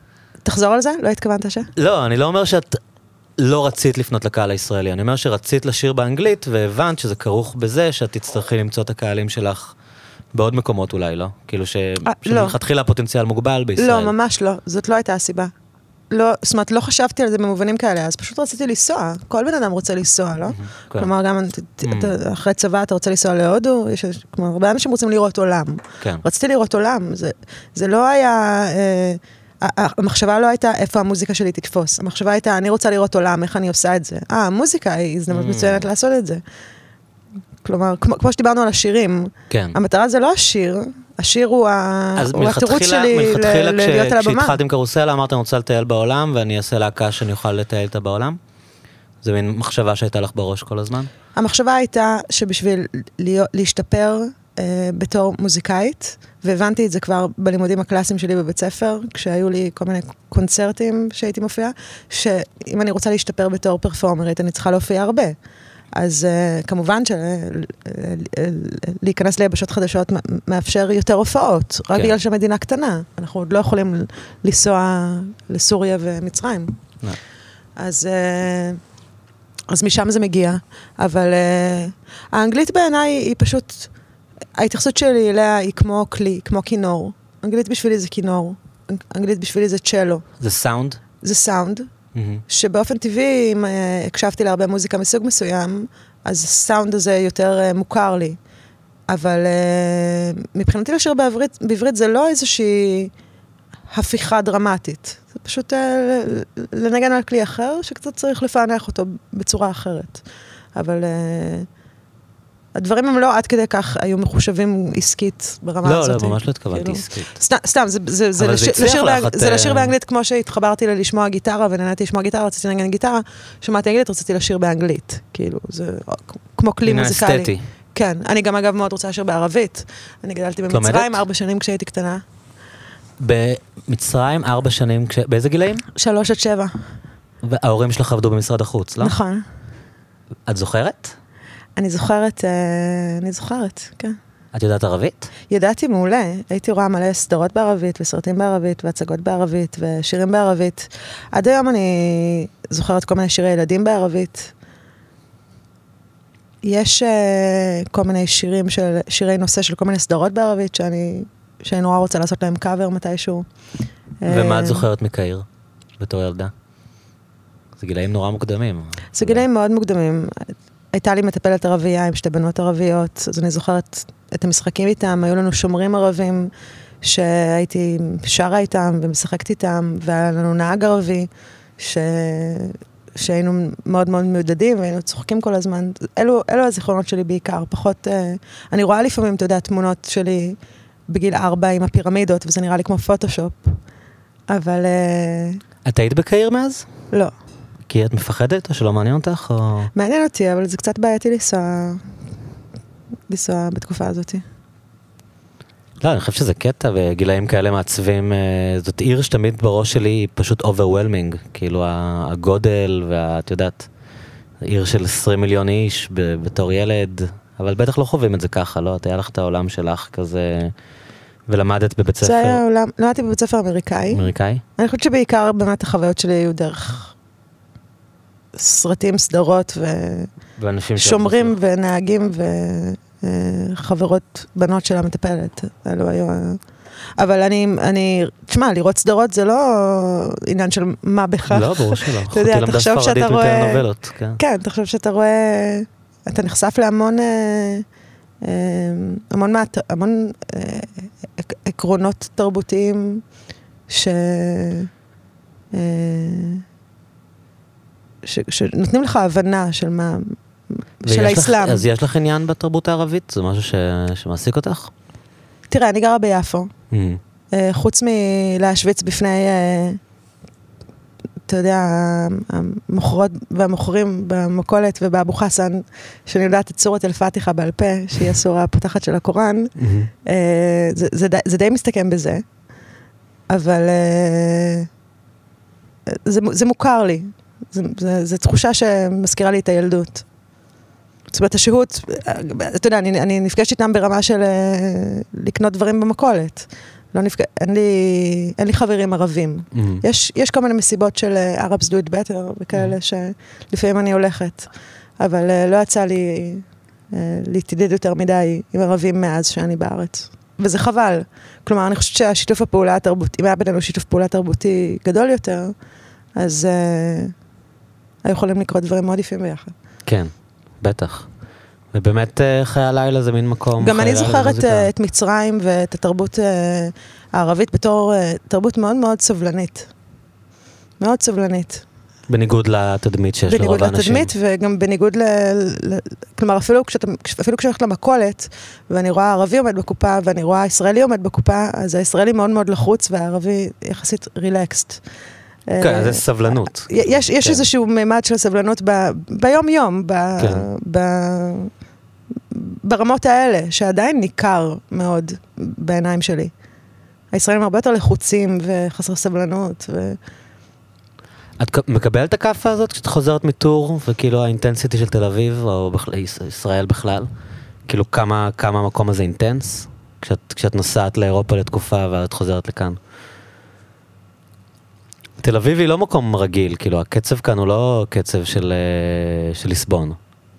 תחזור על זה? לא התכוונת ש? לא, אני לא אומר שאת לא רצית לפנות לקהל הישראלי, אני אומר שרצית לשיר באנגלית, והבנת שזה כרוך בזה שאת תצטרכי למצוא את הקהלים שלך בעוד מקומות אולי, לא? כאילו שמלכתחילה הפוטנציאל מוגבל בישראל. לא, ממש לא, זאת לא הייתה הסיבה. לא, זאת אומרת, לא חשבתי על זה במובנים כאלה, אז פשוט רציתי לנסוע. כל בן אדם רוצה לנסוע, לא? כלומר, גם אחרי צבא אתה רוצה לנסוע להודו, כלומר, הרבה אנשים רוצים לראות עולם. רציתי לראות עולם, זה לא היה, המחשבה לא הייתה איפה המוזיקה שלי תתפוס. המחשבה הייתה, אני רוצה לראות עולם, איך אני עושה את זה. המוזיקה היא הזדמנות מצוינת לעשות את זה. כלומר, כמו שדיברנו על השירים, המטרה זה לא השיר, השיר הוא התירוץ שלי להיות על הבמה. כשהתחלת עם קרוסלה, אמרת, אני רוצה לטייל בעולם, ואני אעשה להקה שאני אוכל לטייל את בעולם? זה מין מחשבה שהייתה לך בראש כל הזמן? המחשבה הייתה שבשביל להשתפר בתור מוזיקאית, והבנתי את זה כבר בלימודים הקלאסיים שלי בבית ספר, כשהיו לי כל מיני קונצרטים שהייתי מופיעה, שאם אני רוצה להשתפר בתור פרפורמרית, אני צריכה להופיע הרבה. אז כמובן להיכנס ליבשות חדשות מאפשר יותר הופעות, רק בגלל שהמדינה קטנה. אנחנו עוד לא יכולים לנסוע לסוריה ומצרים. אז משם זה מגיע. אבל האנגלית בעיניי היא פשוט, ההתייחסות שלי אליה היא כמו כלי, כמו כינור. אנגלית בשבילי זה כינור. אנגלית בשבילי זה צ'לו. זה סאונד? זה סאונד. שבאופן טבעי, אם הקשבתי להרבה מוזיקה מסוג מסוים, אז הסאונד הזה יותר מוכר לי. אבל מבחינתי לשיר בעברית זה לא איזושהי הפיכה דרמטית. זה פשוט לנגן על כלי אחר, שקצת צריך לפענח אותו בצורה אחרת. אבל הדברים הם לא עד כדי כך היו מחושבים עסקית ברמה הזאת. לא, ממש לא התכוונתי עסקית. סתם, זה לשיר באנגלית כמו שהתחברתי לשמוע גיטרה, ונהניתי לשמוע גיטרה, רציתי לנגן גיטרה, שמעתי אנגלית, רציתי לשיר באנגלית. כאילו, זה כמו כלי מוזיקלי. אסתטי. כן, אני גם אגב מאוד רוצה לשיר בערבית. אני גדלתי במצרים 4 שנים כשהייתי קטנה. במצרים 4 שנים, באיזה גילאים? 3 עד 7. וההורים שלך עבדו במשרד החוץ, לא? נכון. את זוכרת? אני זוכרת, כן. את יודעת ערבית? ידעתי מעולה. הייתי רואה מלא סדרות בערבית, וסרטים בערבית, והצגות בערבית, ושירים בערבית. עד היום אני זוכרת כל מיני שירי ילדים בערבית. יש כל מיני שירי נושא של כל מיני סדרות בערבית, שאני נורא רוצה לעשות להם קאבר מתישהו. ומה את זוכרת מקהיר, בתור ילדה? זה גילאים נורא מוקדמים. זה גילאים מאוד מוקדמים. הייתה לי מטפלת ערבייה עם 2 בנות ערביות, אז אני זוכרת את המשחקים איתם, היו לנו שומרים ערבים שהייתי שרה איתם ומשחקת איתם, והיה לנו נהג ערבי שהיינו מאוד מאוד מיודדים והיינו צוחקים כל הזמן. אלו הזיכרונות שלי בעיקר, פחות, אני רואה לפעמים, אתה יודע, תמונות שלי בגיל 4 עם הפירמידות, וזה נראה לי כמו פוטושופ, אבל... את היית בקהיר מאז? לא. כי את מפחדת או שלא מעניין אותך? או... מעניין אותי, אבל זה קצת בעייתי לנסוע בתקופה הזאת. לא, אני חושב שזה קטע, וגילאים כאלה מעצבים, זאת עיר שתמיד בראש שלי היא פשוט overwhelming, כאילו הגודל, ואת יודעת, עיר של 20 מיליון איש בתור ילד, אבל בטח לא חווים את זה ככה, לא? את היה לך את העולם שלך כזה, ולמדת בבית ספר. זה היה עולם, למדתי בבית ספר אמריקאי. אמריקאי? אני חושבת שבעיקר באמת החוויות שלי היו דרך סרטים, סדרות ושומרים ונהגים וחברות בנות של המטפלת. אלו היו... אבל תשמע, לראות סדרות זה לא עניין של מה בכך. לא, ברור שלא. אתה יודע, תחשוב שאתה רואה... כן, תחשוב שאתה רואה... אתה נחשף להמון... המון עקרונות תרבותיים שנותנים לך הבנה של מה... של האסלאם. אז יש לך עניין בתרבות הערבית? זה משהו שמעסיק אותך? תראה, אני גרה ביפו. חוץ מלהשוויץ בפני, אתה יודע, המוכרות והמוכרים במכולת ובאבו חסן, שאני יודעת את סורת אל-פתיחה בעל פה, שהיא הסורה הפותחת של הקוראן, זה די מסתכם בזה. אבל זה מוכר לי. זו תחושה שמזכירה לי את הילדות. זאת אומרת, השהות, אתה יודע, אני נפגשת איתם ברמה של לקנות דברים במכולת. אין לי חברים ערבים. יש כל מיני מסיבות של Arabs do it better, וכאלה שלפעמים אני הולכת, אבל לא יצא לי להתיידד יותר מדי עם ערבים מאז שאני בארץ. וזה חבל. כלומר, אני חושבת שהשיתוף הפעולה התרבותי, אם היה בינינו שיתוף פעולה תרבותי גדול יותר, אז היו יכולים לקרות דברים מאוד יפים ביחד. כן, בטח. ובאמת חיי הלילה זה מין מקום. גם אני זוכרת את מצרים ואת התרבות הערבית בתור תרבות מאוד מאוד סבלנית. מאוד סבלנית. בניגוד לתדמית שיש לרוב האנשים. בניגוד לתדמית וגם בניגוד כלומר, אפילו כשאני הולכת למכולת, ואני רואה ערבי עומד בקופה, ואני רואה ישראלי עומד בקופה, אז הישראלי מאוד מאוד לחוץ, והערבי יחסית רילקסט. כן, זה סבלנות. יש איזשהו מימד של סבלנות ביום-יום, ברמות האלה, שעדיין ניכר מאוד בעיניים שלי. הישראלים הרבה יותר לחוצים וחסר סבלנות. את מקבלת את הקאפה הזאת כשאת חוזרת מטור, וכאילו האינטנסיטי של תל אביב, או ישראל בכלל? כאילו כמה המקום הזה אינטנס? כשאת נוסעת לאירופה לתקופה ואת חוזרת לכאן. תל אביב היא לא מקום רגיל, כאילו הקצב כאן הוא לא קצב של ליסבון.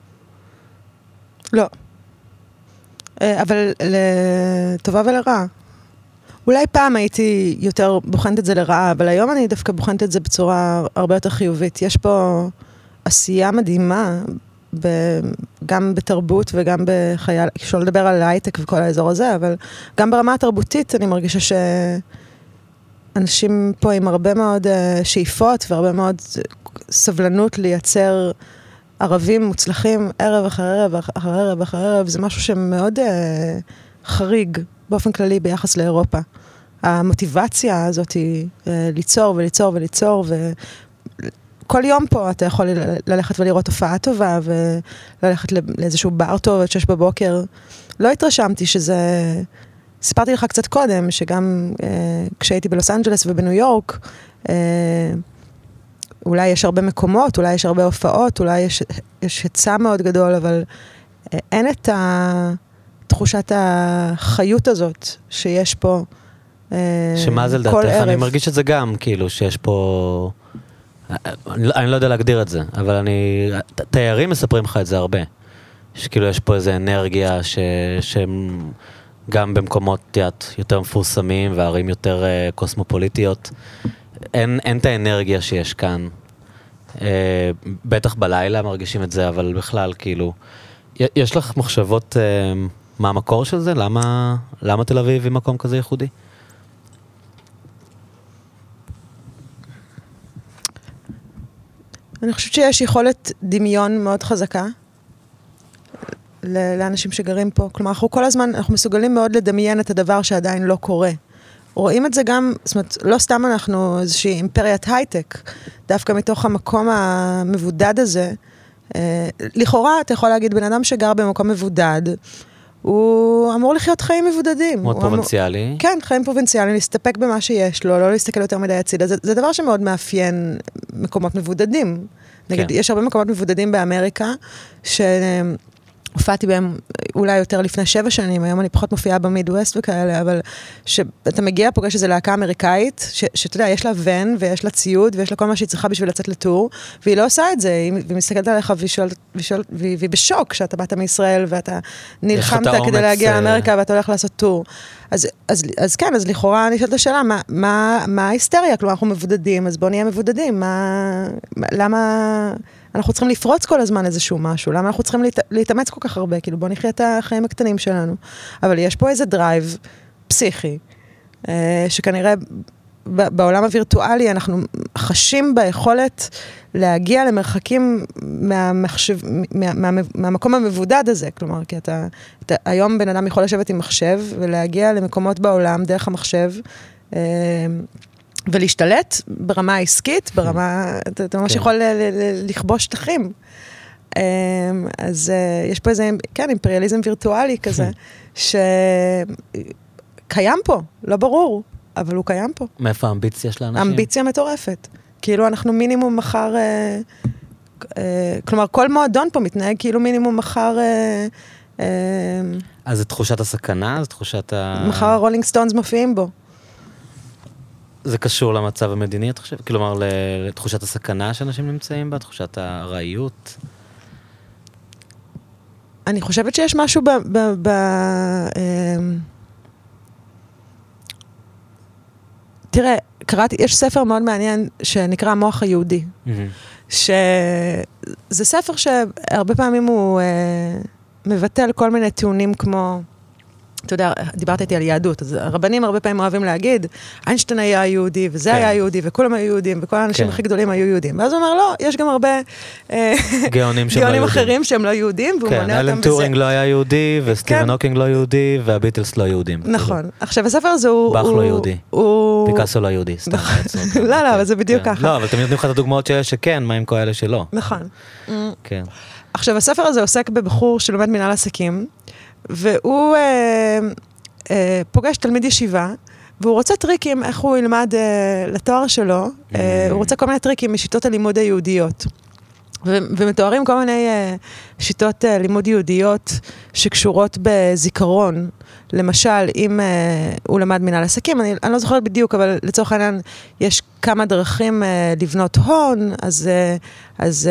לא. אבל לטובה ולרעה. אולי פעם הייתי יותר בוחנת את זה לרעה, אבל היום אני דווקא בוחנת את זה בצורה הרבה יותר חיובית. יש פה עשייה מדהימה, גם בתרבות וגם בחייל, כשאני לדבר על הייטק וכל האזור הזה, אבל גם ברמה התרבותית אני מרגישה שאנשים פה עם הרבה מאוד שאיפות והרבה מאוד סבלנות לייצר ערבים מוצלחים ערב אחר ערב אחר ערב אחר ערב, זה משהו שמאוד חריג באופן כללי ביחס לאירופה. המוטיבציה הזאת היא ליצור וליצור וליצור, וכל יום פה אתה יכול ללכת ולראות הופעה טובה, וללכת לאיזשהו בר טוב עד 6 בבוקר. לא התרשמתי שזה... סיפרתי לך קצת קודם, שגם כשהייתי בלוס אנג'לס ובניו יורק, אולי יש הרבה מקומות, אולי יש הרבה הופעות, אולי יש היצע מאוד גדול, אבל אין את תחושת החיות הזאת שיש פה שמה זה לדעתך? אני מרגיש את זה גם, כאילו, שיש פה... אני לא יודע להגדיר את זה, אבל תיירים מספרים לך את זה הרבה. שכאילו יש פה איזו אנרגיה שהם גם במקומות יותר מפורסמים וערים יותר קוסמופוליטיות. אין את האנרגיה שיש כאן. בטח בלילה מרגישים את זה, אבל בכלל, כאילו... יש לך מחשבות מה המקור של זה? למה תל אביב היא מקום כזה ייחודי? אני חושבת שיש יכולת דמיון מאוד חזקה לאנשים שגרים פה. כלומר, אנחנו מסוגלים מאוד לדמיין את הדבר שעדיין לא קורה. רואים את זה גם, זאת אומרת, לא סתם אנחנו איזושהי אימפריית הייטק, דווקא מתוך המקום המבודד הזה. לכאורה, אתה יכול להגיד, בן אדם שגר במקום מבודד, הוא אמור לחיות חיים מבודדים. מאוד פרובינציאלי. כן, חיים פרובינציאליים, להסתפק במה שיש לו, לא להסתכל יותר מדי הצידה. זה דבר שמאוד מאפיין מקומות מבודדים. נגיד, יש הרבה מקומות מבודדים באמריקה, הופעתי בהם אולי יותר לפני 7 שנים, היום אני פחות מופיעה במידווסט וכאלה, אבל שאתה מגיע, פוגש איזו להקה אמריקאית, שאתה יודע, יש לה ון, ויש לה ציוד, ויש לה כל מה שהיא צריכה בשביל לצאת לטור, והיא לא עושה את זה, והיא מסתכלת עליך, והיא בשוק שאתה באת מישראל, ואתה נלחמת כדי להגיע לאמריקה, ואתה הולך לעשות טור. אז כן, אז לכאורה אני שואלת השאלה, מה ההיסטריה? כלומר, אנחנו מבודדים, אז בואו נהיה מבודדים, למה... אנחנו צריכים לפרוץ כל הזמן איזשהו משהו, למה אנחנו צריכים להתאמץ כל כך הרבה, כאילו בוא נחיה את החיים הקטנים שלנו. אבל יש פה איזה דרייב פסיכי, שכנראה בעולם הווירטואלי אנחנו חשים ביכולת להגיע למרחקים מהמקום המבודד הזה, כלומר, כי היום בן אדם יכול לשבת עם מחשב ולהגיע למקומות בעולם דרך המחשב, ולהשתלט ברמה העסקית, ברמה, אתה ממש יכול לכבוש שטחים. אז יש פה איזה, כן, אימפריאליזם וירטואלי כזה, שקיים פה, לא ברור, אבל הוא קיים פה. מאיפה האמביציה של האנשים? אמביציה מטורפת. כאילו אנחנו מינימום מחר, כלומר כל מועדון פה מתנהג כאילו מינימום מחר אז זה תחושת הסכנה? זה תחושת מחר הרולינג סטונס מופיעים בו. זה קשור למצב המדיני, את חושבת? כלומר, לתחושת הסכנה שאנשים נמצאים בה? תחושת הרעיות? אני חושבת שיש משהו תראה, קראתי, יש ספר מאוד מעניין שנקרא המוח היהודי, שזה ספר שהרבה פעמים הוא מבטל כל מיני טיעונים כמו, אתה יודע, דיברת איתי על יהדות, אז הרבנים הרבה פעמים אוהבים להגיד, איינשטיין היה יהודי, וזה היה יהודי, וכולם היו יהודים, וכל האנשים הכי גדולים היו יהודים. ואז הוא אומר, לא, יש גם הרבה גאונים אחרים שהם לא יהודים, והוא מונה אותם בזה. אלן טורינג לא היה יהודי, וסטיבן הוקינג לא יהודי, והביטלס לא יהודים. נכון. עכשיו, הספר הזה הוא... באך לא יהודי. פיקאסו לא יהודי, סתם. לא, אבל זה בדיוק ככה. לא, אבל תמיד נותנים לך את הדוגמאות שיש שכן, מה עם כאלה שלא. נכון. כן. עכשיו, הספר הזה עוסק בבחור שלומד מנהל עסקים, והוא פוגש תלמיד ישיבה, והוא רוצה טריקים איך הוא ילמד לתואר שלו, הוא רוצה כל מיני טריקים משיטות הלימוד היהודיות. ומתוארים כל מיני שיטות לימוד יהודיות שקשורות בזיכרון. למשל, אם הוא למד מנהל עסקים, אני לא זוכרת בדיוק, אבל לצורך העניין יש כמה דרכים לבנות הון, אז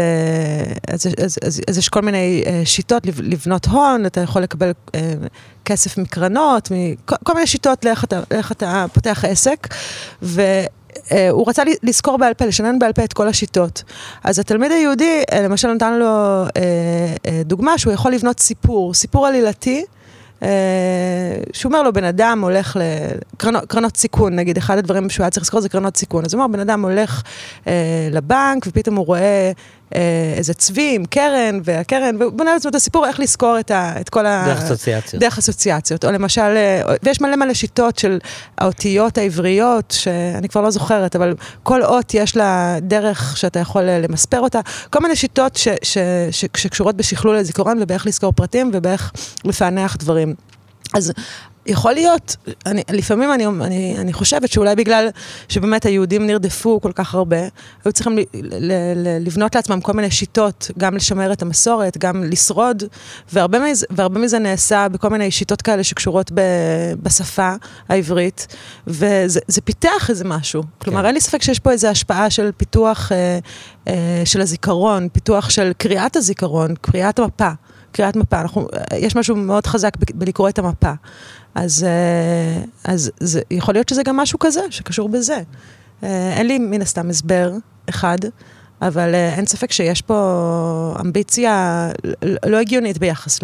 יש כל מיני שיטות לבנות הון, אתה יכול לקבל כסף מקרנות, כל מיני שיטות לאיך אתה פותח עסק, הוא רצה לזכור בעל פה, לשנן בעל פה את כל השיטות. אז התלמיד היהודי, למשל נתן לו דוגמה, שהוא יכול לבנות סיפור עלילתי, שהוא אומר לו, בן אדם הולך לקרנות סיכון, נגיד, אחד הדברים שהוא היה צריך לזכור זה קרנות סיכון. אז הוא אומר, בן אדם הולך לבנק, ופתאום הוא רואה איזה צבי עם קרן, והקרן, והוא בונה לעצמו את הסיפור, איך לזכור את כל דרך אסוציאציות. או למשל, ויש מלא שיטות של האותיות העבריות, שאני כבר לא זוכרת, אבל כל אות יש לה דרך שאתה יכול למספר אותה. כל מיני שיטות שקשורות בשכלול הזיכרון, ובאיך לזכור פרטים, ובאיך לפענח דברים. אז יכול להיות, לפעמים אני חושבת שאולי בגלל שבאמת היהודים נרדפו כל כך הרבה, היו צריכים לבנות לעצמם כל מיני שיטות, גם לשמר את המסורת, גם לשרוד, והרבה מזה נעשה בכל מיני שיטות כאלה שקשורות בשפה העברית, וזה פיתח איזה משהו. כלומר, אין לי ספק שיש פה איזו השפעה של פיתוח של הזיכרון, פיתוח של קריאת הזיכרון, קריאת המפה. קריאת מפה, יש משהו מאוד חזק בלקרוא את המפה. אז יכול להיות שזה גם משהו כזה, שקשור בזה. אין לי מן הסתם הסבר אחד, אבל אין ספק שיש פה אמביציה לא הגיונית ביחס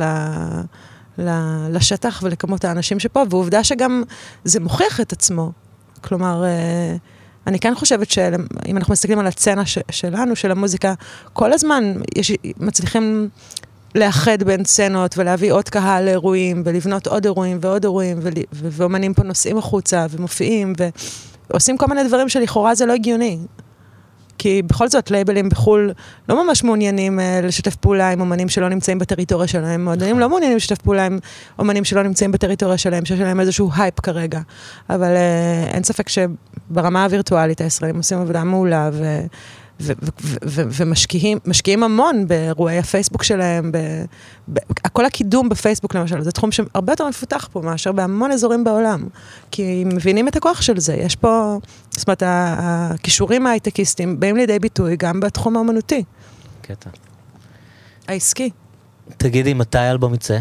לשטח ולכמות האנשים שפה, ועובדה שגם זה מוכיח את עצמו. כלומר, אני כן חושבת שאם אנחנו מסתכלים על הצצנה שלנו, של המוזיקה, כל הזמן מצליחים לאחד בין סצנות ולהביא עוד קהל לאירועים ולבנות עוד אירועים ועוד אירועים ואומנים פה נוסעים החוצה ומופיעים ועושים כל מיני דברים שלכאורה זה לא הגיוני. כי בכל זאת לייבלים בחול לא ממש מעוניינים לשתף פעולה עם אומנים שלא נמצאים בטריטוריה שלהם. מועדונים לא מעוניינים לשתף פעולה עם אומנים שלא נמצאים בטריטוריה שלהם, שיש להם איזשהו הייפ כרגע. אבל אין ספק שברמה הווירטואלית הישראלים עושים עבודה מעולה ומשקיעים המון באירועי הפייסבוק שלהם, כל הקידום בפייסבוק למשל, זה תחום שהרבה יותר מפותח פה מאשר בהמון אזורים בעולם, כי מבינים את הכוח של זה, יש פה, זאת אומרת, הכישורים ההייטקיסטים באים לידי ביטוי גם בתחום האמנותי. קטע. העסקי. תגידי, מתי האלבום יצא?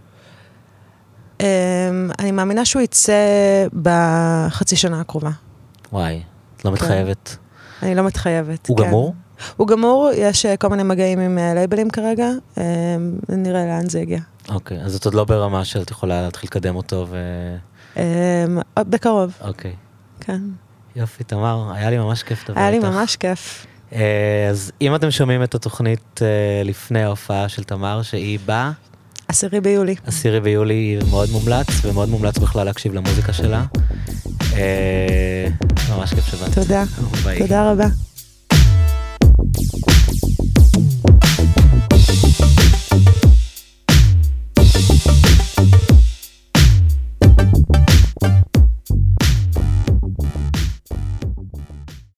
אני מאמינה שהוא יצא בחצי שנה הקרובה. וואי, את לא מתחייבת? אני לא מתחייבת. הוא גמור? הוא גמור, יש כל מיני מגעים עם לייבלים כרגע, נראה לאן זה הגיע. אוקיי, אז את עוד לא ברמה שאת יכולה להתחיל לקדם אותו בקרוב. אוקיי. כן. יופי, תמר, היה לי ממש כיף לדבר איתך. היה לי ממש כיף. אז אם אתם שומעים את התוכנית לפני ההופעה של תמר, שהיא באה... 10 ביולי. 10 ביולי היא מאוד מומלץ, ומאוד מומלץ בכלל להקשיב למוזיקה שלה. ממש כיף שבאת. תודה. תודה רבה.